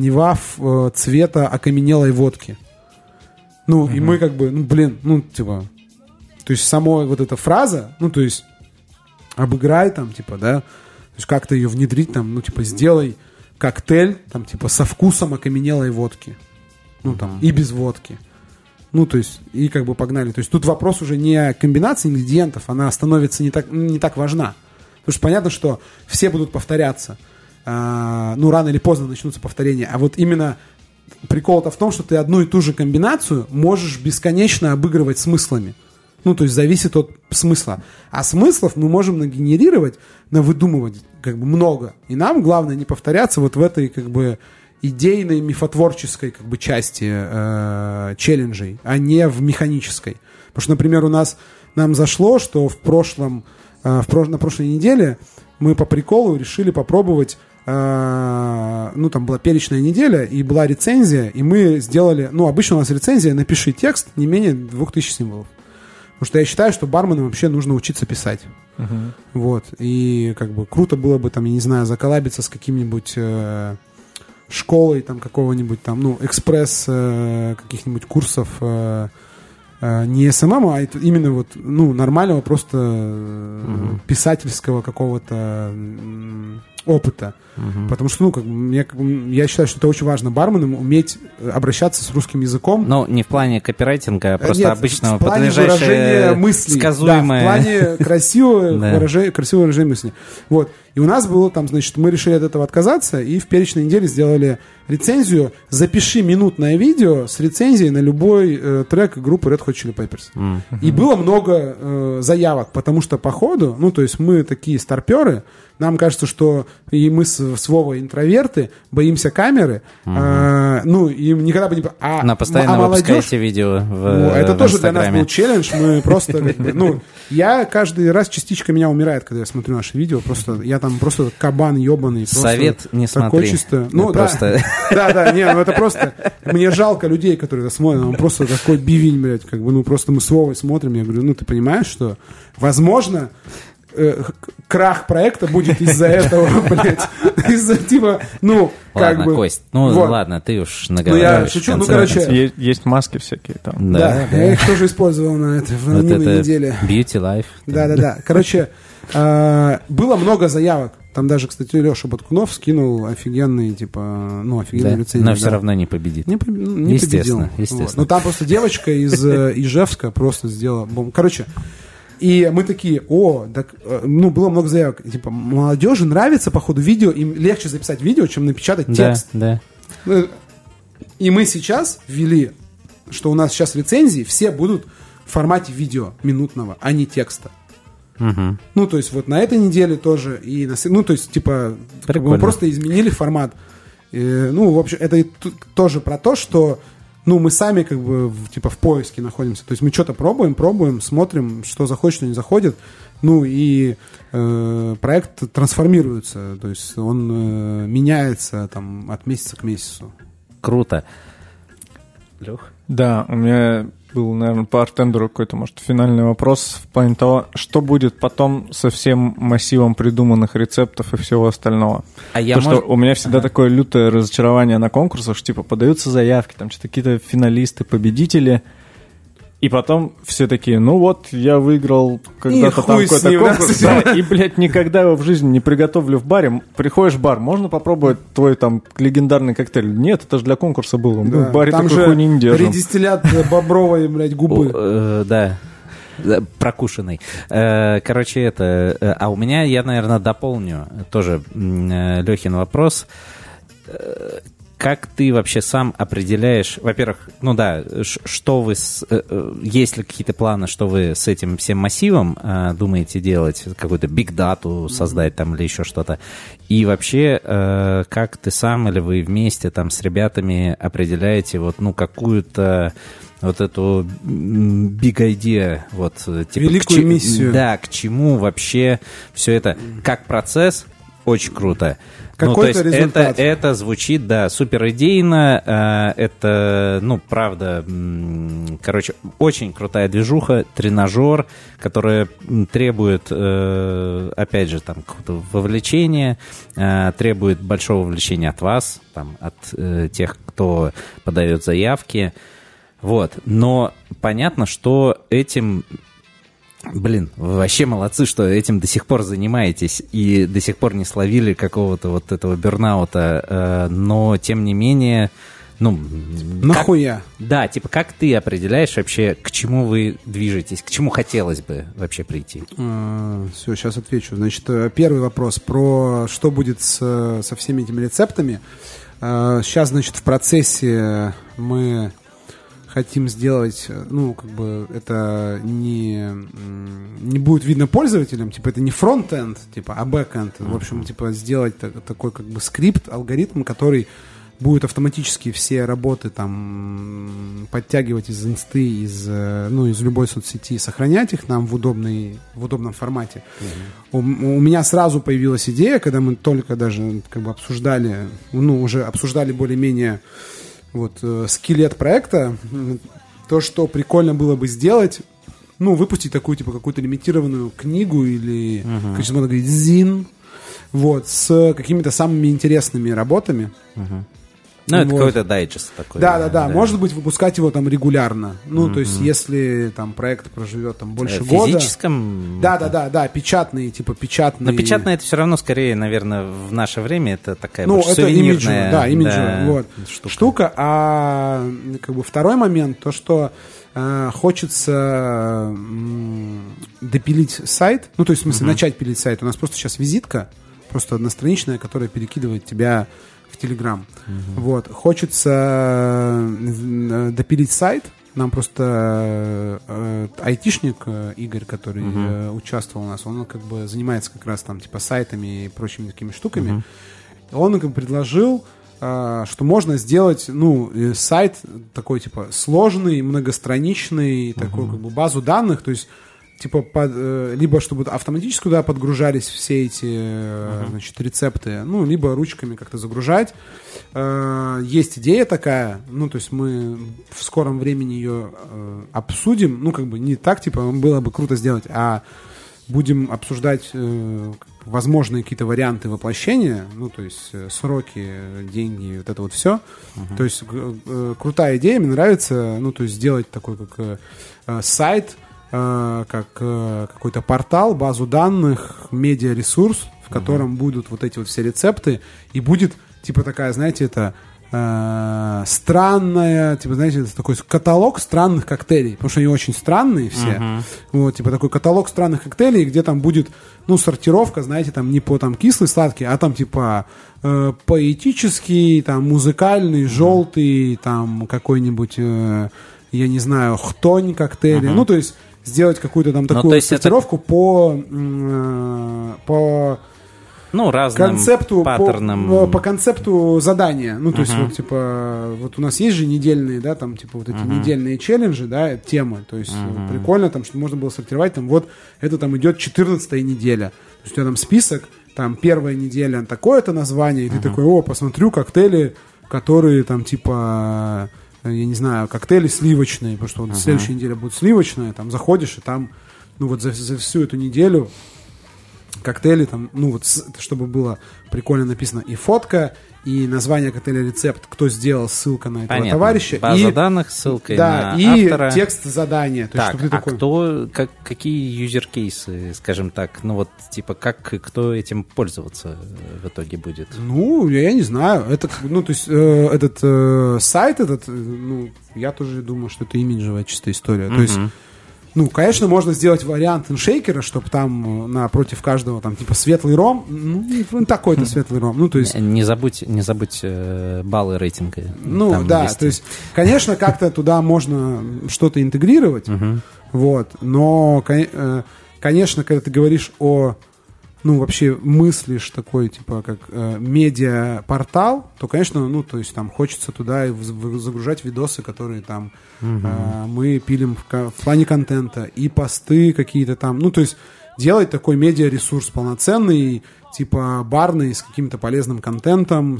цвета окаменелой водки. Ну, и мы как бы, ну, блин, ну, типа, то есть сама вот эта фраза, ну, то есть обыграй там, типа, да, то есть как-то ее внедрить там, ну, типа, сделай коктейль, там, типа, со вкусом окаменелой водки. Ну, там, и без водки. Ну, то есть, и как бы погнали. То есть тут вопрос уже не о комбинации ингредиентов, она становится не так важна. Потому что понятно, что все будут повторяться. Ну, рано или поздно начнутся повторения. А вот именно прикол-то в том, что ты одну и ту же комбинацию можешь бесконечно обыгрывать смыслами. Ну, то есть зависит от смысла. А смыслов мы можем нагенерировать, навыдумывать как бы много. И нам главное не повторяться вот в этой как бы идейной, мифотворческой как бы части челленджей, а не в механической. Потому что, например, нам зашло, что на прошлой неделе мы по приколу решили попробовать, ну, там была перечная неделя, и была рецензия, и мы сделали, ну, обычно у нас рецензия, напиши текст не менее 2000 символов. Потому что я считаю, что барменам вообще нужно учиться писать. Вот. И как бы круто было бы, там, я не знаю, заколабиться с каким-нибудь школой там какого-нибудь там, ну, экспресс каких-нибудь курсов не СММ, а именно вот, ну, нормального просто писательского какого-то опыта. Потому что, ну, как бы, я считаю, что это очень важно барменам уметь обращаться с русским языком. Ну, не в плане копирайтинга, а просто обычного, в плане выражения мыслей. Сказуемое. Да, в плане красивого выражения мысли. Вот. И у нас было там, значит, мы решили от этого отказаться, и в перечной неделе сделали рецензию «Запиши минутное видео с рецензией на любой трек группы Red Hot Chili Peppers». И было много заявок, потому что по ходу, ну, то есть мы такие старперы, нам кажется, что и мы с Вовой интроверты, боимся камеры, ну, и никогда бы не... Но постоянно выпускаете видео в это тоже для Инстаграме. нас был челлендж, мы просто, как бы, ну, я каждый раз частичка меня умирает, когда я смотрю наши видео, просто, я там просто кабан ебаный. Совет не такой смотри. Чисто, Ну, ну, просто... Да, не, ну это просто, мне жалко людей, которые это смотрят, он просто такой бивень, блядь, как бы, ну, просто мы с Вовой смотрим, я говорю, ну, ты понимаешь, что, возможно, крах проекта будет из-за этого, блядь, из-за, типа, ну, как Ладно, бы... Кость, ну, вот. ладно, ты уж Ну, наговариваешь. я шучу, в ну, конце короче... концов. Есть маски всякие там. Да, я их тоже использовал на это, в Вот анонимной это неделе. Beauty Life. Да. Короче, было много заявок. Там даже, кстати, Леша Баткунов скинул офигенные, типа, ну, офигенные Да, рецензии. но все равно не победит. Не Естественно, победил. естественно. Вот. Ну, там просто девочка из Ижевска просто сделала бомбу. Короче, и мы такие, так, ну, было много заявок. Типа, молодежи нравится, походу, видео, им легче записать видео, чем напечатать текст. Да. И мы сейчас ввели, что у нас сейчас рецензии все будут в формате видео минутного, а не текста. Угу. Ну, то есть вот на этой неделе тоже, и на, ну, то есть, типа, как бы мы Прикольно. просто изменили формат. Ну, в общем, это и тоже про то, что, ну, мы сами как бы, типа, в поиске находимся. То есть мы что-то пробуем, смотрим, что заходит, что не заходит. Ну, и проект трансформируется, то есть он меняется там от месяца к месяцу. Круто. Лех? Да, у меня был, наверное, по артендеру какой-то, может, финальный вопрос в плане того, что будет потом со всем массивом придуманных рецептов и всего остального. Что у меня всегда такое лютое разочарование на конкурсах, что, типа, подаются заявки, там что-то какие-то финалисты, победители, и потом все такие, ну вот, я выиграл когда-то там какой-то конкурс, да, и, блядь, никогда его в жизни не приготовлю в баре. Приходишь в бар, можно попробовать твой там легендарный коктейль? Нет, это же для конкурса было. Мы в баре там такой же хуйни не держим. редистиллят бобровой, блядь, губы. Да. Прокушенный. Короче, это... А у меня, я, наверное, дополню тоже Лехин вопрос. Как ты вообще сам определяешь, во-первых, ну да, что вы, есть ли какие-то планы, что вы с этим всем массивом думаете делать, какую-то биг-дату создать там или еще что-то, и вообще, как ты сам или вы вместе там с ребятами определяете вот, ну, какую-то вот эту big idea, вот, типа, великую миссию. Да, к чему вообще все это, как процесс, очень круто. Какой-то ну, то есть результат. Это звучит, да, супер идейно. Это, ну, правда, короче, очень крутая движуха, тренажер, которая требует, опять же, там, какого-то вовлечения, требует большого вовлечения от вас, там, от тех, кто подает заявки. Вот. Но понятно, что этим... Блин, вы вообще молодцы, что этим до сих пор занимаетесь и до сих пор не словили какого-то вот этого бернаута, но тем не менее, ну... Нахуя? Да, типа как ты определяешь вообще, к чему вы движетесь, к чему хотелось бы вообще прийти? Все, сейчас отвечу. Значит, первый вопрос про что будет со всеми этими рецептами. Сейчас, значит, в процессе мы... хотим сделать, ну, как бы, это не будет видно пользователям, типа, это не фронт-энд, типа, а бэк-энд. В общем, типа, сделать такой, как бы, скрипт, алгоритм, который будет автоматически все работы, там, подтягивать из инсты, из любой соцсети, сохранять их нам в удобном формате. У меня сразу появилась идея, когда мы только даже, как бы, обсуждали, ну, уже обсуждали более-менее вот скелет проекта, то, что прикольно было бы сделать, ну, выпустить такую, типа, какую-то лимитированную книгу или, как сейчас можно говорить, зин, вот, с какими-то самыми интересными работами. Ну, это вот. какой-то дайджест такой. Да. Может быть, выпускать его там регулярно. Ну, то есть, если там проект проживет там больше года. В физическом? Да, печатные, типа, печатные. Но печатное это все равно скорее, наверное, в наше время это такая ну, больше это сувенирная имиджевая, вот, штука. А как бы второй момент, то, что хочется допилить сайт, ну, то есть, в смысле, начать пилить сайт. У нас просто сейчас визитка, просто одностраничная, которая перекидывает тебя в Телеграм. Вот. Хочется допилить сайт. Нам просто айтишник Игорь, который участвовал у нас, он как бы занимается как раз там типа сайтами и прочими такими штуками. Он как бы предложил, что можно сделать, сайт такой типа сложный, многостраничный, такой как бы базу данных, то есть типа либо чтобы автоматически туда подгружались все эти значит, рецепты, либо ручками как-то загружать. Есть идея такая, то есть мы в скором времени ее обсудим, как бы не так, типа, было бы круто сделать, а будем обсуждать возможные какие-то варианты воплощения, то есть сроки, деньги, вот это вот все. То есть крутая идея, мне нравится, то есть сделать такой как сайт, как какой-то портал, базу данных, медиаресурс, в котором будут вот эти вот все рецепты, и будет типа такая, знаете, это странная, типа, знаете, это такой каталог странных коктейлей, потому что они очень странные все. Вот, типа такой каталог странных коктейлей, где там будет, сортировка, знаете, там не по там кислый, сладкий, а там типа поэтический, там музыкальный, желтый, там какой-нибудь, я не знаю, хтонь коктейли. То есть сделать какую-то там такую сортировку по разным концепту, паттернам. по концепту задания. То есть вот типа вот у нас есть же недельные, да, там типа вот эти недельные челленджи, да, темы. То есть прикольно там, что можно было сортировать, там вот это там идет 14-я неделя. То есть у тебя там список, там первая неделя такое-то название, и ты такой, посмотрю коктейли, которые там типа, я не знаю, коктейли сливочные, потому что вот следующая неделя будет сливочная, там заходишь, и там, вот за всю эту неделю коктейли, там, чтобы было прикольно написано и фотка, и название коктейля, рецепт, кто сделал, ссылка на этого товарища. База данных, ссылкой на и автора. Текст задания. То так, есть, такой... какие юзер-кейсы, скажем так, кто этим пользоваться в итоге будет? Я не знаю. Это, то есть, этот сайт, я тоже думаю, что это имиджевая чистая история. То есть, конечно, можно сделать вариант иншейкера, чтобы там напротив каждого там типа светлый ром, такой-то светлый ром. То есть не забудь баллы рейтинга. То есть, конечно, как-то туда можно что-то интегрировать, вот. Но, конечно, когда ты говоришь о вообще мыслишь такой, типа, как медиа-портал, то, конечно, то есть там хочется туда и загружать видосы, которые там мы пилим в плане контента, и посты какие-то там, то есть делать такой медиа-ресурс полноценный, типа барный, с каким-то полезным контентом,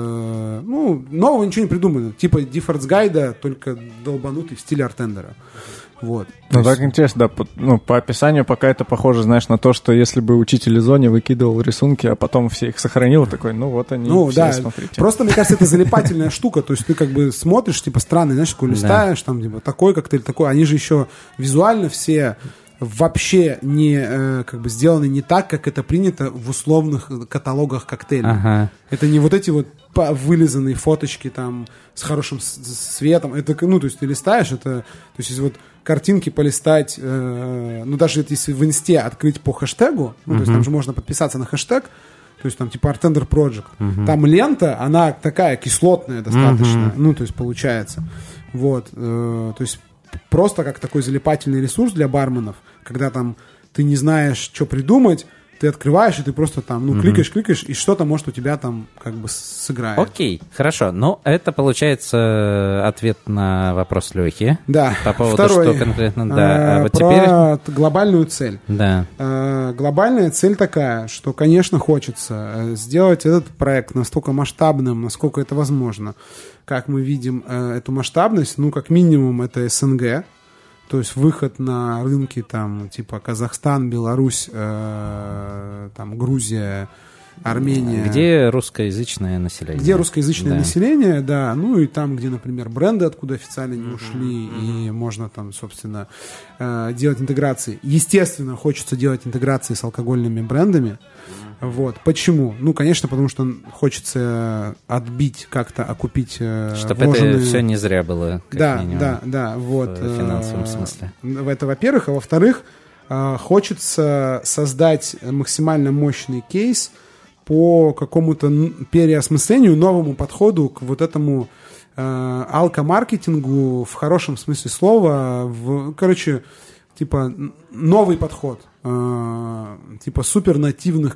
нового ничего не придумано, типа Difford's Guide, только долбанутый в стиле артендера. Вот. Так интересно, да, по описанию пока это похоже, знаешь, на то, что если бы учитель из Зоне выкидывал рисунки, а потом все их сохранил, такой, вот они, все, смотрите. Просто, мне кажется, это залипательная штука, то есть ты как бы смотришь, типа, странный, знаешь, такой листаешь, там, типа, такой коктейль, такой, они же еще визуально все вообще не как бы сделаны не так, как это принято в условных каталогах коктейлей. Это не вот эти вот вылизанные фоточки там с хорошим светом. Это, то есть ты листаешь, это, то есть если вот картинки полистать, даже если в инсте открыть по хэштегу, то есть там же можно подписаться на хэштег, то есть там типа Artender Project, там лента, она такая кислотная достаточно, то есть получается. Вот, то есть просто как такой залипательный ресурс для барменов, когда там ты не знаешь, что придумать, ты открываешь, и ты просто там, кликаешь, и что-то, может, у тебя там как бы сыграет. Окей, хорошо. Это, получается, ответ на вопрос Лехи. Да. По поводу, Второй, что конкретно, да. А вот про глобальную цель. Да. Глобальная цель такая, что, конечно, хочется сделать этот проект настолько масштабным, насколько это возможно. Как мы видим эту масштабность, как минимум, это СНГ. То есть выход на рынки там типа Казахстан, Беларусь, там Грузия, Армения. Где русскоязычное население. Где русскоязычное население, да. И там, где, например, бренды откуда официально не ушли, и можно там, собственно, делать интеграции. Естественно, хочется делать интеграции с алкогольными брендами. Вот. Почему? Конечно, потому что хочется отбить как-то, окупить чтобы это все не зря было, как минимум. Да, вот. В финансовом смысле. Это, во-первых. А во-вторых, хочется создать максимально мощный кейс по какому-то переосмыслению, новому подходу к вот этому алкомаркетингу в хорошем смысле слова, короче, типа новый подход, типа супернативных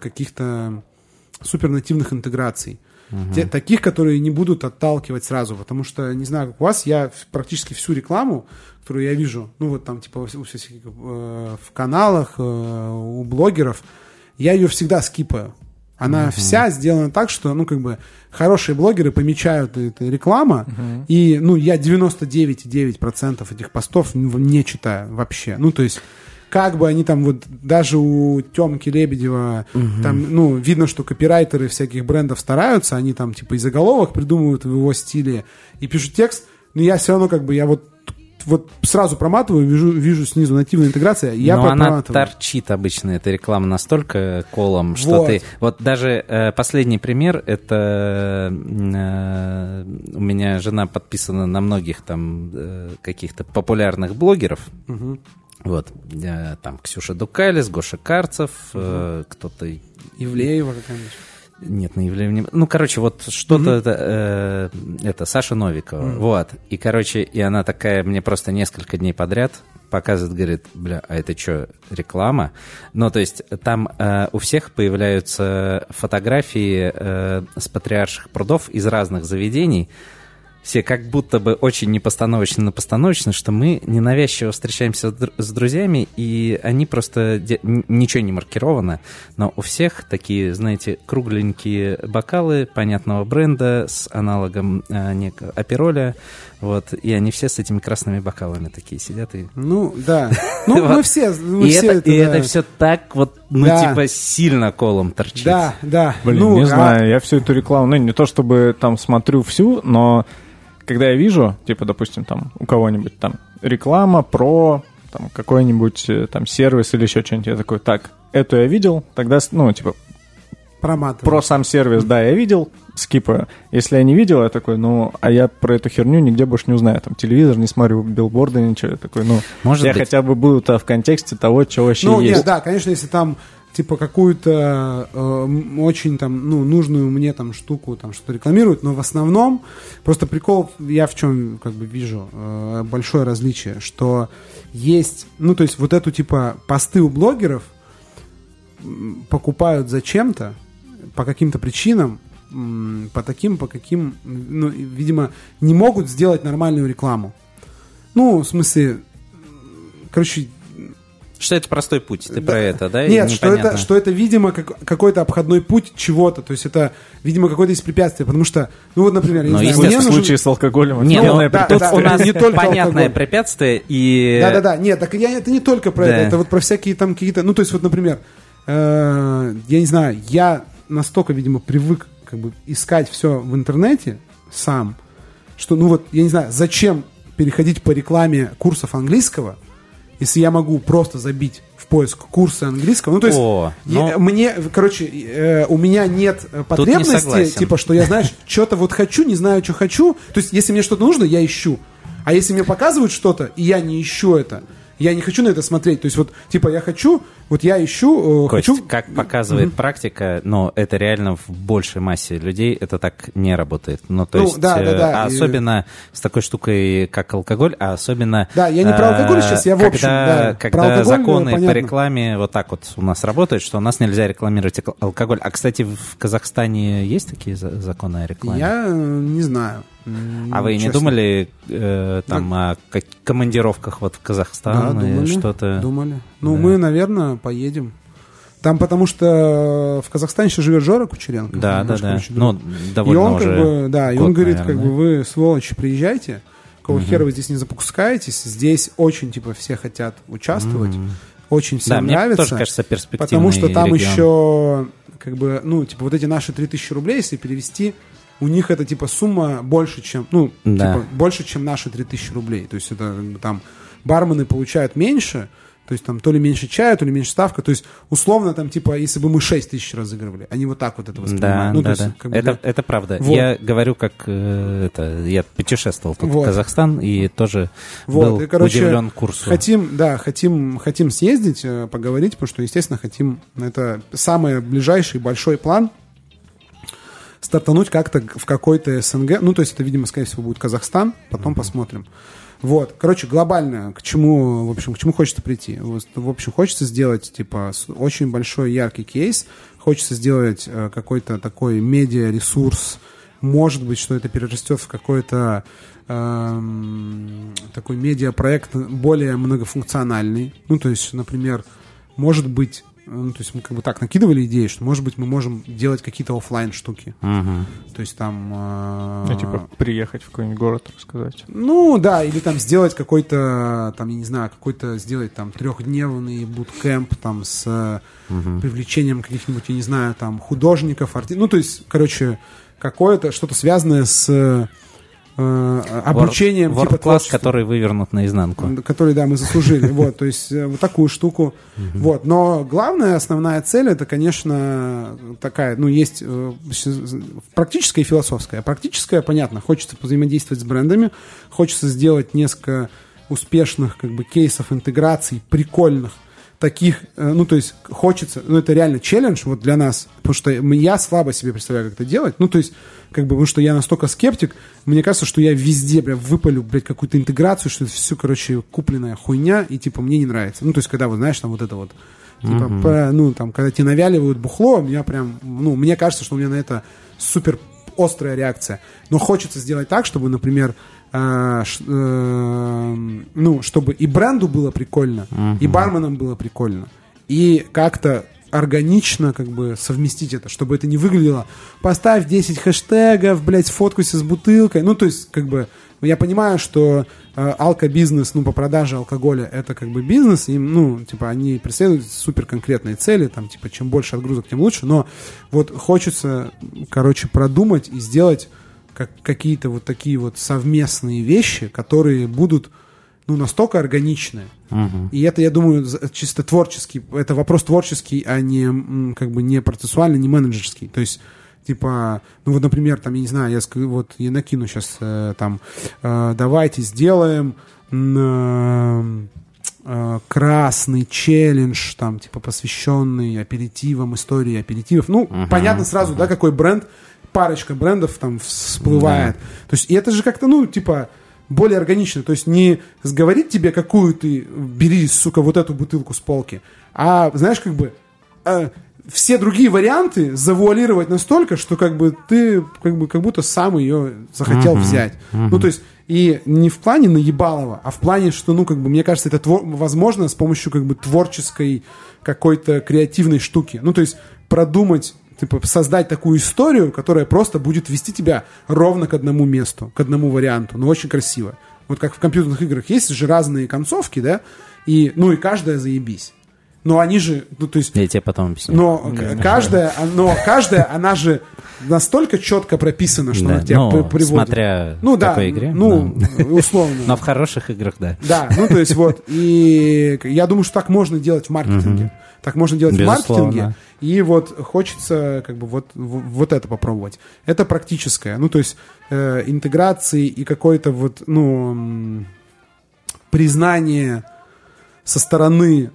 интеграций. Таких, которые не будут отталкивать сразу, потому что, не знаю, как у вас, я практически всю рекламу, которую я вижу, ну вот там типа в каналах, у блогеров, я ее всегда скипаю. Она вся сделана так, что, ну, как бы, хорошие блогеры помечают эту рекламу, и, ну, я 99,9% этих постов не читаю вообще. Ну, то есть, как бы они там, вот, даже у Тёмки Лебедева, там, ну, видно, что копирайтеры всяких брендов стараются, они там, типа, и заголовок придумывают в его стиле, и пишут текст, но я все равно, как бы, я вот сразу проматываю, вижу снизу нативная интеграция, я проматываю. Она торчит обычно, эта реклама настолько колом, что ты... Вот даже последний пример, это у меня жена подписана на многих там каких-то популярных блогеров, вот, там Ксюша Дукалис, Гоша Карцев, кто-то... Ивлеева какая-нибудь. Нет, на Ивлееве. Ну, короче, вот что-то это Саша Новикова. Вот. И, короче, и она такая мне просто несколько дней подряд показывает, говорит, бля, а это что, реклама? Ну, то есть там у всех появляются фотографии с патриарших прудов из разных заведений. Все как будто бы очень непостановочно, что мы ненавязчиво встречаемся с друзьями, и они просто... Ничего не маркировано, но у всех такие, знаете, кругленькие бокалы понятного бренда с аналогом апероля, вот, и они все с этими красными бокалами такие сидят и... Ну, да. Ну, мы все... И это все так вот, ну, типа, сильно колом торчит. Да, да. Блин, не знаю, я всю эту рекламу, ну, не то чтобы там смотрю всю, но... Когда я вижу, типа, допустим, там у кого-нибудь там реклама про там какой-нибудь там сервис или еще что-нибудь, я такой, так, эту я видел, тогда, ну, типа, про сам сервис, да, я видел, скипаю. Если я не видел, я такой, ну, а я про эту херню нигде больше не узнаю, там, телевизор не смотрю, билборды, ничего, я такой, ну, может я быть... хотя бы буду-то в контексте того, что вообще есть. Ну, нет, да, конечно, если там типа какую-то очень там, ну, нужную мне там штуку, там что-то рекламируют, но в основном просто прикол, я в чем как бы вижу большое различие, что есть, ну, то есть вот эту типа посты у блогеров покупают зачем-то, по каким-то причинам, по каким, ну, видимо, не могут сделать нормальную рекламу. Ну, в смысле, короче... Что это простой путь, ты про это, да? Нет, что это, видимо, какой-то обходной путь чего-то, то есть это, видимо, какое-то есть препятствие, потому что, ну вот, например, я не знаю, в случае с алкоголем. Нет, тут у нас не только понятное препятствие и... Да, нет, так это не только про это вот про всякие там какие-то, ну то есть вот, например, я не знаю, я настолько, видимо, привык как бы искать все в интернете сам, что, ну вот, я не знаю, зачем переходить по рекламе курсов английского, если я могу просто забить в поиск курсы английского. Ну, то есть, мне, короче, у меня нет потребности, типа, что я, знаешь, что-то вот хочу, не знаю, что хочу. То есть, если мне что-то нужно, я ищу. А если мне показывают что-то, и я не ищу это, я не хочу на это смотреть. То есть, вот, типа, я хочу, вот я ищу... Кость, как показывает практика, но это реально в большей массе людей это так не работает. Ну, то есть, особенно с такой штукой, как алкоголь, а особенно... Да, я не про алкоголь сейчас, я в общем, когда законы по рекламе вот так вот у нас работают, что у нас нельзя рекламировать алкоголь. А, кстати, в Казахстане есть такие законы о рекламе? Я не знаю. А вы не думали там о командировках вот в Казахстан? Да, думали, что-то? Думали. Ну, мы, наверное, поедем. Там потому что в Казахстане еще живет Жора Кучеренко. Да. Ну, довольно и он, уже как бы, да, и он говорит, наверное, как бы, вы, сволочи, приезжайте, какого хера вы здесь не запускаетесь, здесь очень, типа, все хотят участвовать, очень всем нравится. Мне тоже кажется перспективный потому что там регион. Еще, как бы, ну, типа, вот эти наши 3000 рублей, если перевести, у них это, типа, сумма больше, чем, ну, типа, больше, чем наши 3000 рублей. То есть это там бармены получают меньше, то есть там то ли меньше чая, то ли меньше ставка. То есть условно там типа, если бы мы 6 тысяч разыгрывали, они вот так вот это воспринимают. Да. Как бы, это правда. Вот. Я говорю, как я путешествовал тут в Казахстан и тоже был и, короче, удивлен курсу. Хотим съездить, поговорить, потому что, естественно, хотим... Это самый ближайший большой план стартануть как-то в какой-то СНГ. Ну, то есть это, видимо, скорее всего, будет Казахстан. Потом посмотрим. Вот. Короче, глобально, к чему хочется прийти? В общем, хочется сделать, типа, очень большой яркий кейс. Хочется сделать какой-то такой медиа-ресурс. Может быть, что это перерастет в какой-то такой медиапроект более многофункциональный. Ну, то есть, например, может быть, то есть мы как бы так накидывали идеи, что, может быть, мы можем делать какие-то офлайн штуки. То есть там... типа приехать в какой-нибудь город, рассказать. Ну, да, или там сделать какой-то, там, я не знаю, сделать там 3-дневный буткэмп там с привлечением каких-нибудь, я не знаю, там, художников, ну, то есть, короче, какое-то, что-то связанное с обучением типа класс, который вывернут наизнанку. Который, да, мы заслужили. Вот, то есть вот такую штуку. Вот, но главная, основная цель, это, конечно, такая, ну, есть практическая и философская. Практическая, понятно, хочется взаимодействовать с брендами, хочется сделать несколько успешных, как бы, кейсов интеграций, прикольных, таких, ну, то есть хочется, ну, это реально челлендж вот для нас, потому что я слабо себе представляю, как это делать, ну, то есть, как бы, потому что я настолько скептик, мне кажется, что я везде, бля, выпалю, блядь, какую-то интеграцию, что это все, короче, купленная хуйня, и, типа, мне не нравится. Ну, то есть, когда, вот, знаешь, там вот это вот, типа, ну, там, когда тебе навяливают бухло, у меня прям, ну, мне кажется, что у меня на это супер острая реакция. Но хочется сделать так, чтобы, например, ну, чтобы и бренду было прикольно, и барменам было прикольно, и как-то органично, как бы, совместить это, чтобы это не выглядело поставь 10 хэштегов, блядь, сфоткайся с бутылкой, ну, то есть, как бы, я понимаю, что алкобизнес, ну, по продаже алкоголя, это, как бы, бизнес, и, ну, типа, они преследуют супер конкретные цели, там, типа, чем больше отгрузок, тем лучше, но вот хочется, короче, продумать и сделать какие-то вот такие вот совместные вещи, которые будут, ну, настолько органичные. И это, я думаю, чисто творческий, это вопрос творческий, а не, как бы, не процессуальный, не менеджерский. То есть, типа, ну, вот, например, там, я не знаю, я накину сейчас, там, давайте сделаем красный челлендж, там, типа, посвященный аперитивам, истории аперитивов. Ну, понятно сразу, да, какой бренд, парочка брендов там всплывает. То есть, и это же как-то, ну, типа, более органично. То есть, не сговорить тебе, какую ты бери, сука, вот эту бутылку с полки, а, знаешь, как бы, все другие варианты завуалировать настолько, что, как бы, ты, как бы, как будто сам ее захотел взять. Ну, то есть, и не в плане наебалово, а в плане, что, ну, как бы, мне кажется, это возможно с помощью, как бы, творческой какой-то креативной штуки. Ну, то есть, продумать, типа, создать такую историю, которая просто будет вести тебя ровно к одному месту, к одному варианту, но очень красиво. Вот как в компьютерных играх есть же разные концовки, да, и, ну, и каждая заебись. Но они же, ну, то есть... Я тебе потом объясню. Но каждая, она же настолько четко прописана, что она тебя приводит. Смотря в какой игре. Ну, условно. Но в хороших играх, да. Да, ну, то есть вот, и я думаю, что так можно делать в маркетинге. Так можно делать в маркетинге. И вот хочется, как бы, вот это попробовать. Это практическое. Ну, то есть интеграции и какое-то вот, ну, признание со стороны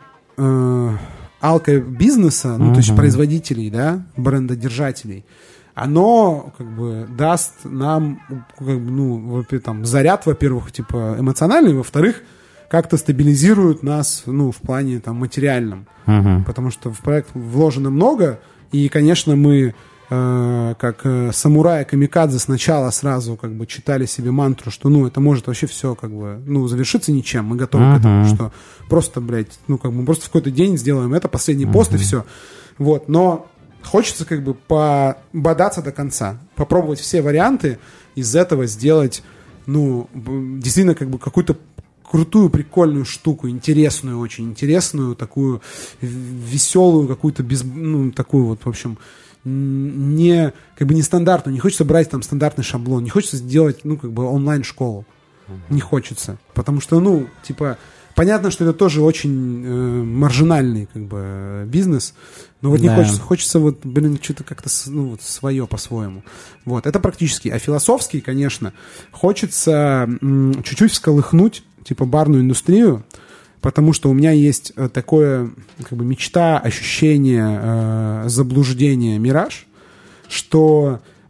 алкобизнеса, ну, то есть производителей, да, брендодержателей, оно, как бы, даст нам, как бы, ну, там, заряд, во-первых, типа, эмоциональный, во-вторых, как-то стабилизирует нас, ну, в плане, там, материальном. Потому что в проект вложено много, и, конечно, мы, как самурай Камикадзе, сначала сразу, как бы, читали себе мантру, что, ну, это может вообще все, как бы, ну, завершиться ничем, мы готовы к этому, что просто, блядь, ну, как бы, мы просто в какой-то день сделаем это, последний пост и все. Вот, но хочется, как бы, пободаться до конца, попробовать все варианты, из этого сделать, ну, действительно, как бы, какую-то крутую, прикольную штуку, интересную, очень интересную, такую веселую, какую-то ну, такую вот, в общем, не, как бы, не стандартную. Не хочется брать там стандартный шаблон, не хочется сделать, ну, как бы, онлайн-школу. Не хочется. Потому что, ну, типа, понятно, что это тоже очень маржинальный, как бы, бизнес, но вот не хочется. Хочется вот, блин, что-то как-то, ну, вот свое по-своему. Вот, это практически. А философский, конечно, хочется чуть-чуть всколыхнуть, типа, барную индустрию, потому что у меня есть такое, как бы, мечта, ощущение, заблуждение, мираж, что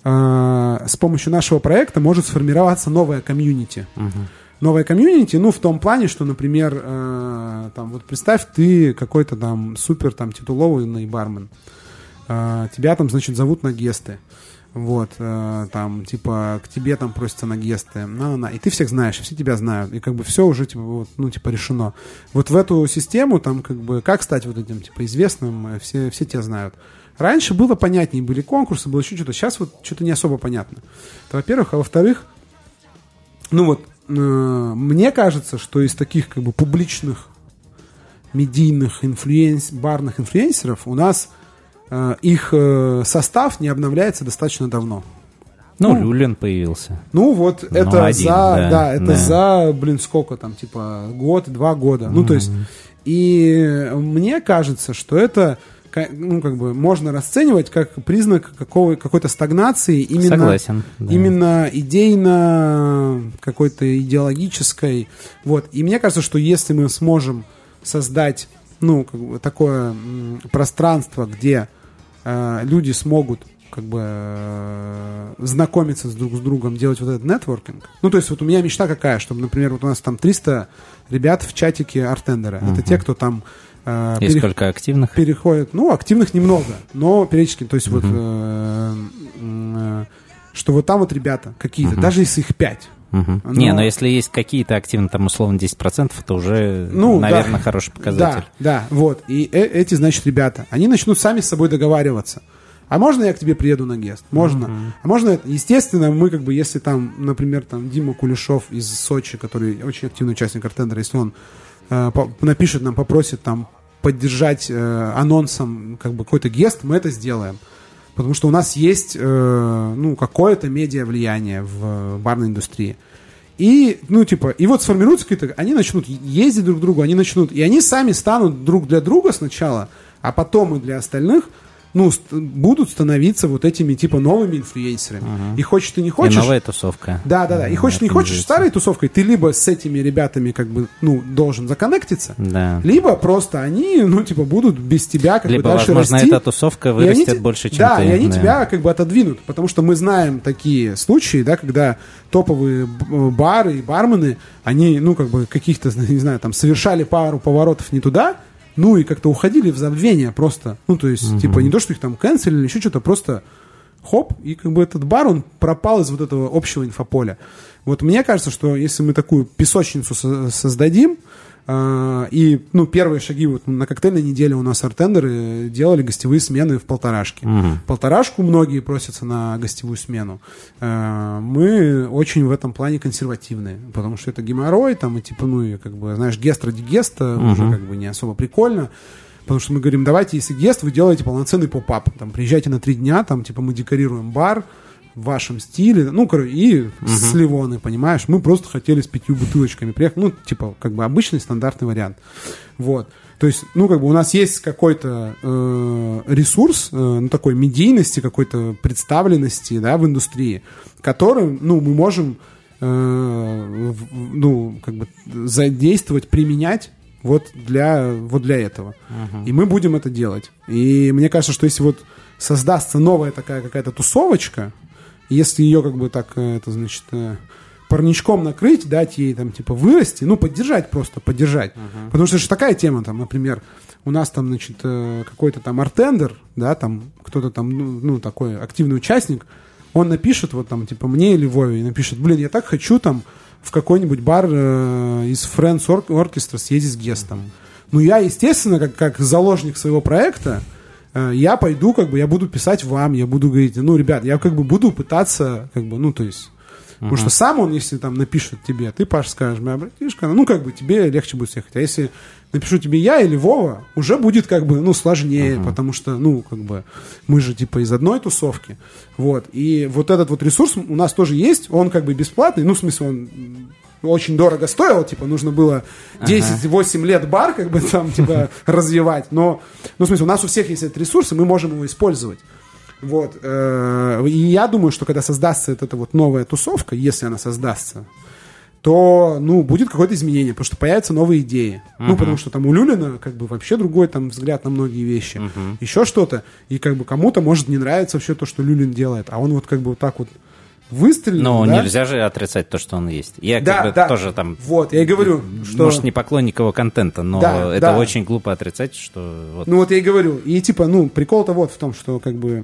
с помощью нашего проекта может сформироваться новая комьюнити. Новая комьюнити, ну, в том плане, что, например, там, вот представь, ты какой-то там супер там титулованный бармен. Тебя там, значит, зовут на гесты. Вот, там, типа, к тебе там просятся на гесты, и ты всех знаешь, все тебя знают, и как бы все уже, типа, вот, ну, типа, решено. Вот в эту систему, там, как бы, как стать вот этим, типа, известным, все тебя знают. Раньше было понятнее, были конкурсы, было еще что-то, сейчас вот что-то не особо понятно. Это, во-первых, а во-вторых, ну, вот, мне кажется, что из таких, как бы, публичных, медийных, барных инфлюенсеров у нас их состав не обновляется достаточно давно. Ну, Люлин появился. Ну, вот это один, за, блин, сколько там, типа, год-два года. Ну, то есть, и мне кажется, что это, ну, как бы, можно расценивать как признак какой-то стагнации. Именно, согласен. Да. Именно идейно, какой-то идеологической. Вот. И мне кажется, что если мы сможем создать, ну, как бы, такое пространство, где люди смогут, как бы, знакомиться друг с другом, делать вот этот нетворкинг. Ну, то есть, вот у меня мечта какая, чтобы, например, вот у нас там 300 ребят в чатике Артендера. Это те, кто там и сколько активных? Переходят. Ну, активных немного, но периодически, то есть, вот, что вот там вот ребята какие-то, даже если их 5. Но если есть какие-то активные, там, условно, 10%, это уже, ну, наверное, хороший показатель. Да, вот. И эти, значит, ребята, они начнут сами с собой договариваться. А можно я к тебе приеду на гест? Можно. А можно это? Естественно, мы, как бы, если там, например, там Дима Кулешов из Сочи, который очень активный участник Артендера, если он напишет нам, попросит там поддержать анонсом, как бы, какой-то гест, мы это сделаем. Потому что у нас есть, ну, какое-то медиа-влияние в барной индустрии. И, ну, типа, и вот сформируются какие-то, они начнут ездить друг к другу, и они сами станут друг для друга сначала, а потом и для остальных, ну, будут становиться вот этими, типа, новыми инфлюенсерами. И хочешь ты не хочешь... И новая тусовка. Да. И хочешь не хочешь старой тусовкой, ты либо с этими ребятами, как бы, ну, должен законнектиться, либо просто они, ну, типа, будут без тебя, как бы, дальше расти. Возможно, эта тусовка вырастет больше, чем ты. Да, и они тебя, как бы, отодвинут, потому что мы знаем такие случаи, да, когда топовые бары и бармены, они, ну, как бы, каких-то, не знаю, там, совершали пару поворотов не туда, ну, и как-то уходили в забвение просто. Ну, то есть, типа, не то, что их там канцелили, еще что-то, просто хоп, и как бы этот бар, он пропал из вот этого общего инфополя. Вот мне кажется, что если мы такую песочницу создадим, и, ну, первые шаги вот на коктейльной неделе у нас артендеры делали гостевые смены в полторашке. Полторашку многие просятся на гостевую смену. Мы очень в этом плане консервативны, потому что это геморрой, там, и типа, ну, и, как бы, знаешь, гест ради геста уже, как бы, не особо прикольно. Потому что мы говорим, давайте, если гест, вы делаете полноценный поп-ап. Там, приезжайте на 3 дня, там, типа, мы декорируем бар в вашем стиле, ну, и сливоны, понимаешь? Мы просто хотели с 5 бутылочками приехать, ну, типа, как бы обычный стандартный вариант. Вот. То есть, ну, как бы у нас есть какой-то ресурс, ну, такой медийности, какой-то представленности, да, в индустрии, которым, ну, мы можем, ну, как бы задействовать, применять вот для этого. И мы будем это делать. И мне кажется, что если вот создастся новая такая какая-то тусовочка, если ее, как бы, так, это, значит, парничком накрыть, дать ей, там, типа, вырасти, ну, поддержать. Потому что это же такая тема, там, например, у нас там, значит, какой-то там артендер, да, там, кто-то там, ну, такой активный участник, он напишет, вот там, типа, мне или Вове, и напишет, блин, я так хочу там в какой-нибудь бар из Friends Orchestra съездить с гестом. Ну, я, естественно, как заложник своего проекта, я пойду, как бы, я буду писать вам, я буду говорить, ну, ребят, я, как бы, буду пытаться, как бы, ну, то есть, потому что сам он, если там напишет тебе, ты, Паш, скажешь, моя братишка, ну, как бы, тебе легче будет съехать. А если напишу тебе я или Вова, уже будет, как бы, ну, сложнее, потому что, ну, как бы, мы же, типа, из одной тусовки, вот, и вот этот вот ресурс у нас тоже есть, он, как бы, бесплатный, ну, в смысле, он очень дорого стоил, типа, нужно было 10-8 лет бар, как бы, там, типа, развивать, но, ну, в смысле, у нас у всех есть этот ресурс, и мы можем его использовать. Вот. И я думаю, что когда создастся эта вот новая тусовка, если она создастся, то, ну, будет какое-то изменение, потому что появятся новые идеи. Ну, потому что там у Люлина как бы вообще другой там взгляд на многие вещи. Еще что-то. И как бы кому-то может не нравиться вообще то, что Люлин делает. А он вот как бы вот так вот выстрелил. Но да? нельзя же отрицать то, что он есть. Я Да, как бы да. тоже там... Вот, я и говорю, что... Может, не поклонник его контента, но Да, это да. очень глупо отрицать, что... Вот... Ну вот я и говорю. И типа, ну, прикол-то вот в том, что как бы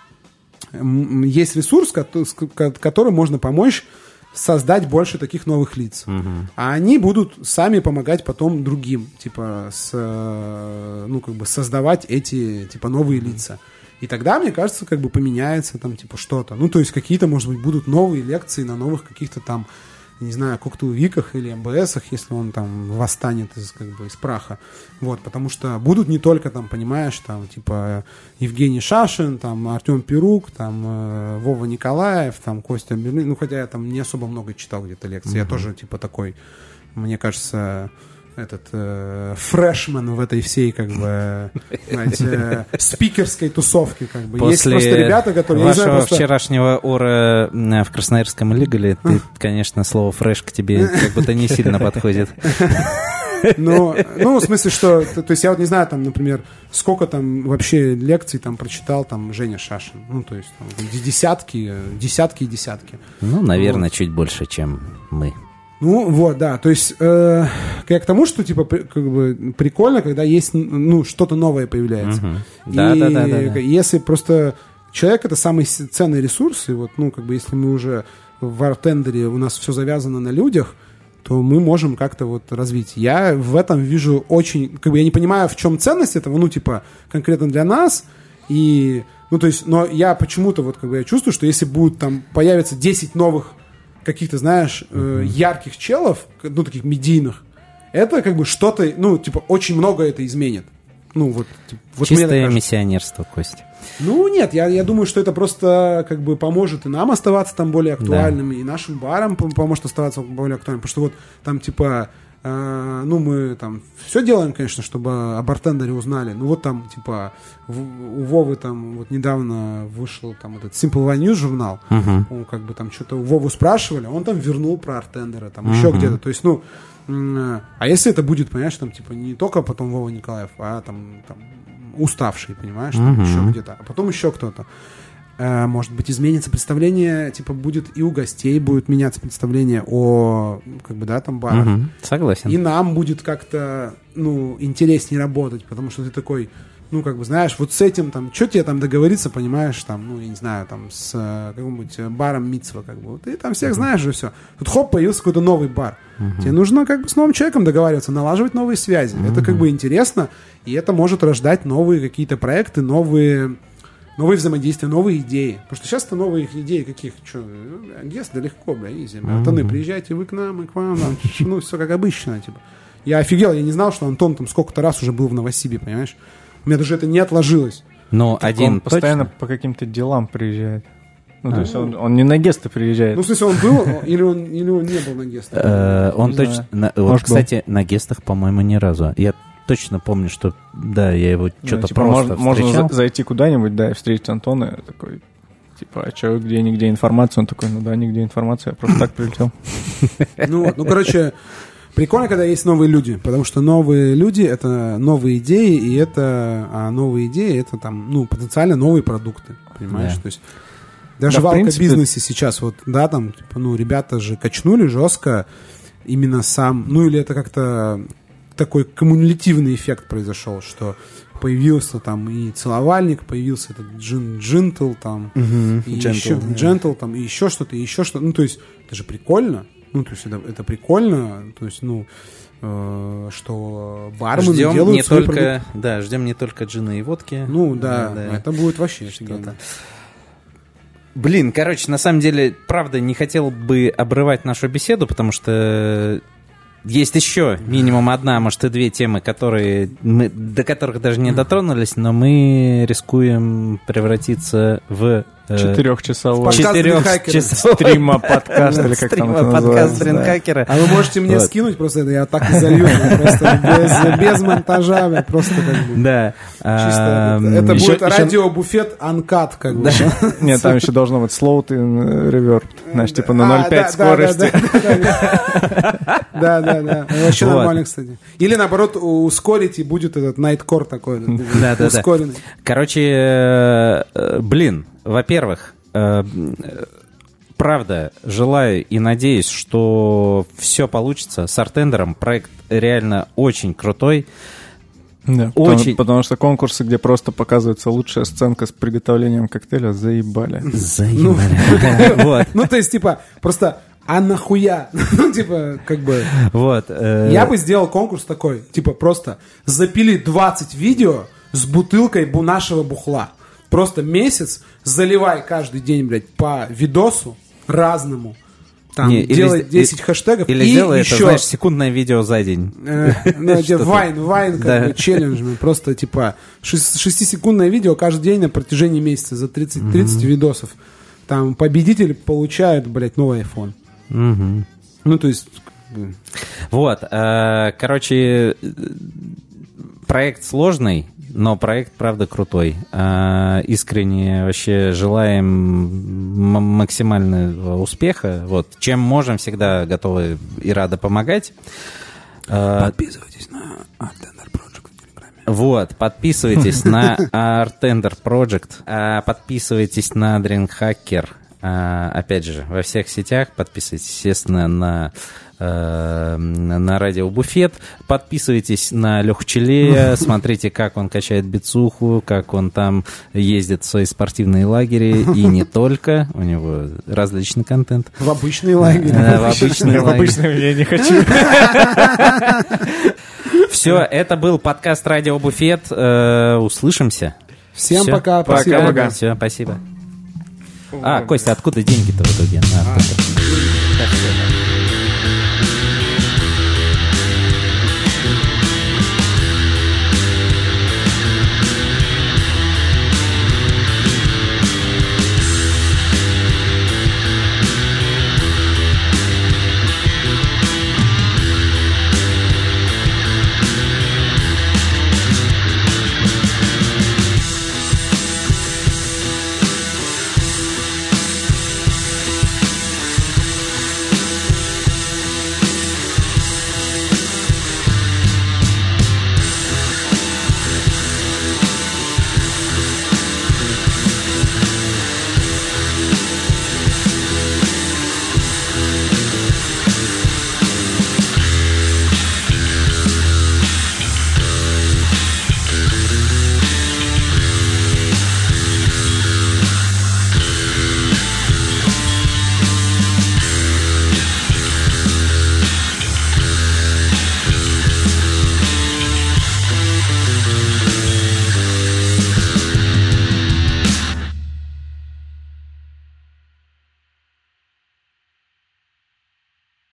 есть ресурс, который можно помочь создать больше таких новых лиц. А они будут сами помогать потом другим, типа, ну, как бы создавать эти, типа, новые лица. И тогда, мне кажется, как бы поменяется там, типа, что-то. Ну, то есть какие-то, может быть, будут новые лекции на новых каких-то там, не знаю, коктейльвиках или МБСах, если он там восстанет из праха. Вот, потому что будут не только там, понимаешь, там, типа, Евгений Шашин, там, Артем Перук, там, Вова Николаев, там, Костя Берлин. Ну, хотя я там не особо много читал где-то лекций. Я тоже, типа, такой, мне кажется, фрешмен в этой всей, как бы, знаете, спикерской тусовке, как бы. Есть просто ребята, которые... Вашего просто... вчерашнего ора в Красноярском Лигале, ты, конечно, слово «фреш» к тебе как будто не сильно подходит. Ну, в смысле, что... То есть я вот не знаю, там, например, сколько там вообще лекций там прочитал там Женя Шашин. Ну, то есть там, десятки и десятки. Ну, наверное, чуть больше, чем мы. Ну, вот, да, то есть я к тому, что, типа, как бы прикольно, когда есть, ну, что-то новое появляется. Да. Если просто человек — это самый ценный ресурс, и вот, ну, как бы, если мы уже в артендере, у нас все завязано на людях, то мы можем как-то вот развить. Я в этом вижу очень, как бы, я не понимаю, в чем ценность этого, ну, типа, конкретно для нас, и, ну, то есть, но я почему-то вот, как бы, я чувствую, что если будут там, появится 10 новых каких-то, знаешь, ярких челов, ну, таких медийных, это как бы что-то, ну, типа, очень много это изменит. Ну, вот, типа, вот чистое миссионерство, Костя. Ну, нет, я думаю, что это просто как бы поможет и нам оставаться там более актуальными, и нашим барам поможет оставаться более актуальными, потому что вот там, типа, ну, мы там все делаем, конечно, чтобы о бартендере узнали. Ну, вот там, типа, у Вовы там вот недавно вышел там этот Simple Wine News журнал. Он как бы там что-то у Вову спрашивали, он там вернул про артендера, там еще где-то. То есть, ну, а если это будет, понимаешь, там, типа, не только потом Вова Николаев, а там уставший, понимаешь, там еще где-то, а потом еще кто-то. Может быть, изменится представление, типа, будет и у гостей будет меняться представление о, как бы, да, там, барах. Согласен. И нам будет как-то, ну, интереснее работать, потому что ты такой, ну, как бы, знаешь, вот с этим, там, что тебе там договориться, понимаешь, там, ну, я не знаю, там, с каким-нибудь баром Мицва, как бы, ты там всех знаешь же все. Тут, хоп, появился какой-то новый бар. Тебе нужно, как бы, с новым человеком договариваться, налаживать новые связи. Это, как бы, интересно, и это может рождать новые какие-то проекты, новые взаимодействия, новые идеи. Потому что сейчас-то новые идеи каких? Что? Гест, да легко, бля, изи. Антоны, приезжайте вы к нам, мы к вам. Там, ну, все как обычно, типа. Я офигел, я не знал, что Антон там сколько-то раз уже был в Новосибе, понимаешь? У меня даже это не отложилось. Но так один он постоянно точно? по каким-то делам приезжает. Ну, то есть он не на гесты приезжает. Ну, в смысле, он был или он не был на гестах? Он точно... Вот, кстати, на гестах, по-моему, ни разу. Я точно помню, что, да, я его что-то типа, просто встречал. Можно зайти куда-нибудь, да, и встретить Антона, я такой, типа, а что, где-нигде информация? Он такой, ну да, нигде информация, я просто так прилетел. Ну вот, ну, короче, прикольно, когда есть новые люди, потому что новые люди — это новые идеи, и это, новые идеи — это там, ну, потенциально новые продукты, понимаешь? Да. То есть даже Да, в принципе, алкобизнесе сейчас, вот, да, там, типа, ну, ребята же качнули жестко именно сам, ну, или это как-то такой кумулятивный эффект произошел, что появился там и целовальник, появился этот джентл там, и еще джентл там, и еще что-то, ну, то есть это же прикольно, ну, то есть это прикольно, то есть, ну, что бармены Ждем делают не свой только, продукт. да, ждем не только джина и водки. Ну, да, это будет вообще что-то. Блин, короче, на самом деле, правда, не хотел бы обрывать нашу беседу, потому что есть еще минимум одна, может, и две темы, до которых даже не дотронулись, но мы рискуем превратиться в 4-часовой. Подкаст Дринхакера. Стрима подкаст, или как там это подкаст называется. Дринхакера. А вы можете мне скинуть просто это, я так и залью, просто без монтажа, просто как бы. Да. Чисто это будет радиобуфет анкат, как бы. Нет, там еще должно быть slow and reverb. Знаешь, типа на 0,5 скорости. Да. Вообще нормально, кстати. Или наоборот, ускорить, и будет этот найткор такой. Ускоренный. Короче, блин, во-первых, правда, желаю и надеюсь, что все получится с Артендером. Проект реально очень крутой. Да, очень... потому что конкурсы, где просто показывается лучшая сценка с приготовлением коктейля, заебали. Ну, то есть, типа, просто... А нахуя? Ну, типа, как бы... Вот. Я бы сделал конкурс такой, типа, просто запили 20 видео с бутылкой нашего бухла. Просто месяц заливай каждый день, блядь, по видосу разному. Там, делай 10 хэштегов. Или делай это, знаешь, секундное видео за день. Вайн, как бы, челлендж. Просто, типа, 6-секундное видео каждый день на протяжении месяца за 30 видосов. Там победитель получает, блядь, новый iPhone. Ну, то есть... Вот, короче, проект сложный, но проект, правда, крутой. Искренне вообще желаем максимального успеха. Вот. Чем можем, всегда готовы и рады помогать. Подписывайтесь на Artender Project в Телеграме. Вот, подписывайтесь на Artender Project, подписывайтесь на Дринхакер. Опять же, во всех сетях подписывайтесь, естественно, на радио Буфет. Подписывайтесь на Леху Челея, смотрите, как он качает бицуху, как он там ездит в свои спортивные лагеря, и не только. У него различный контент. В обычные лагеря. В обычные я не хочу. Все, это был подкаст Радио Буфет. Услышимся. Всем пока. Спасибо. Все, спасибо. Костя, откуда деньги-то в итоге?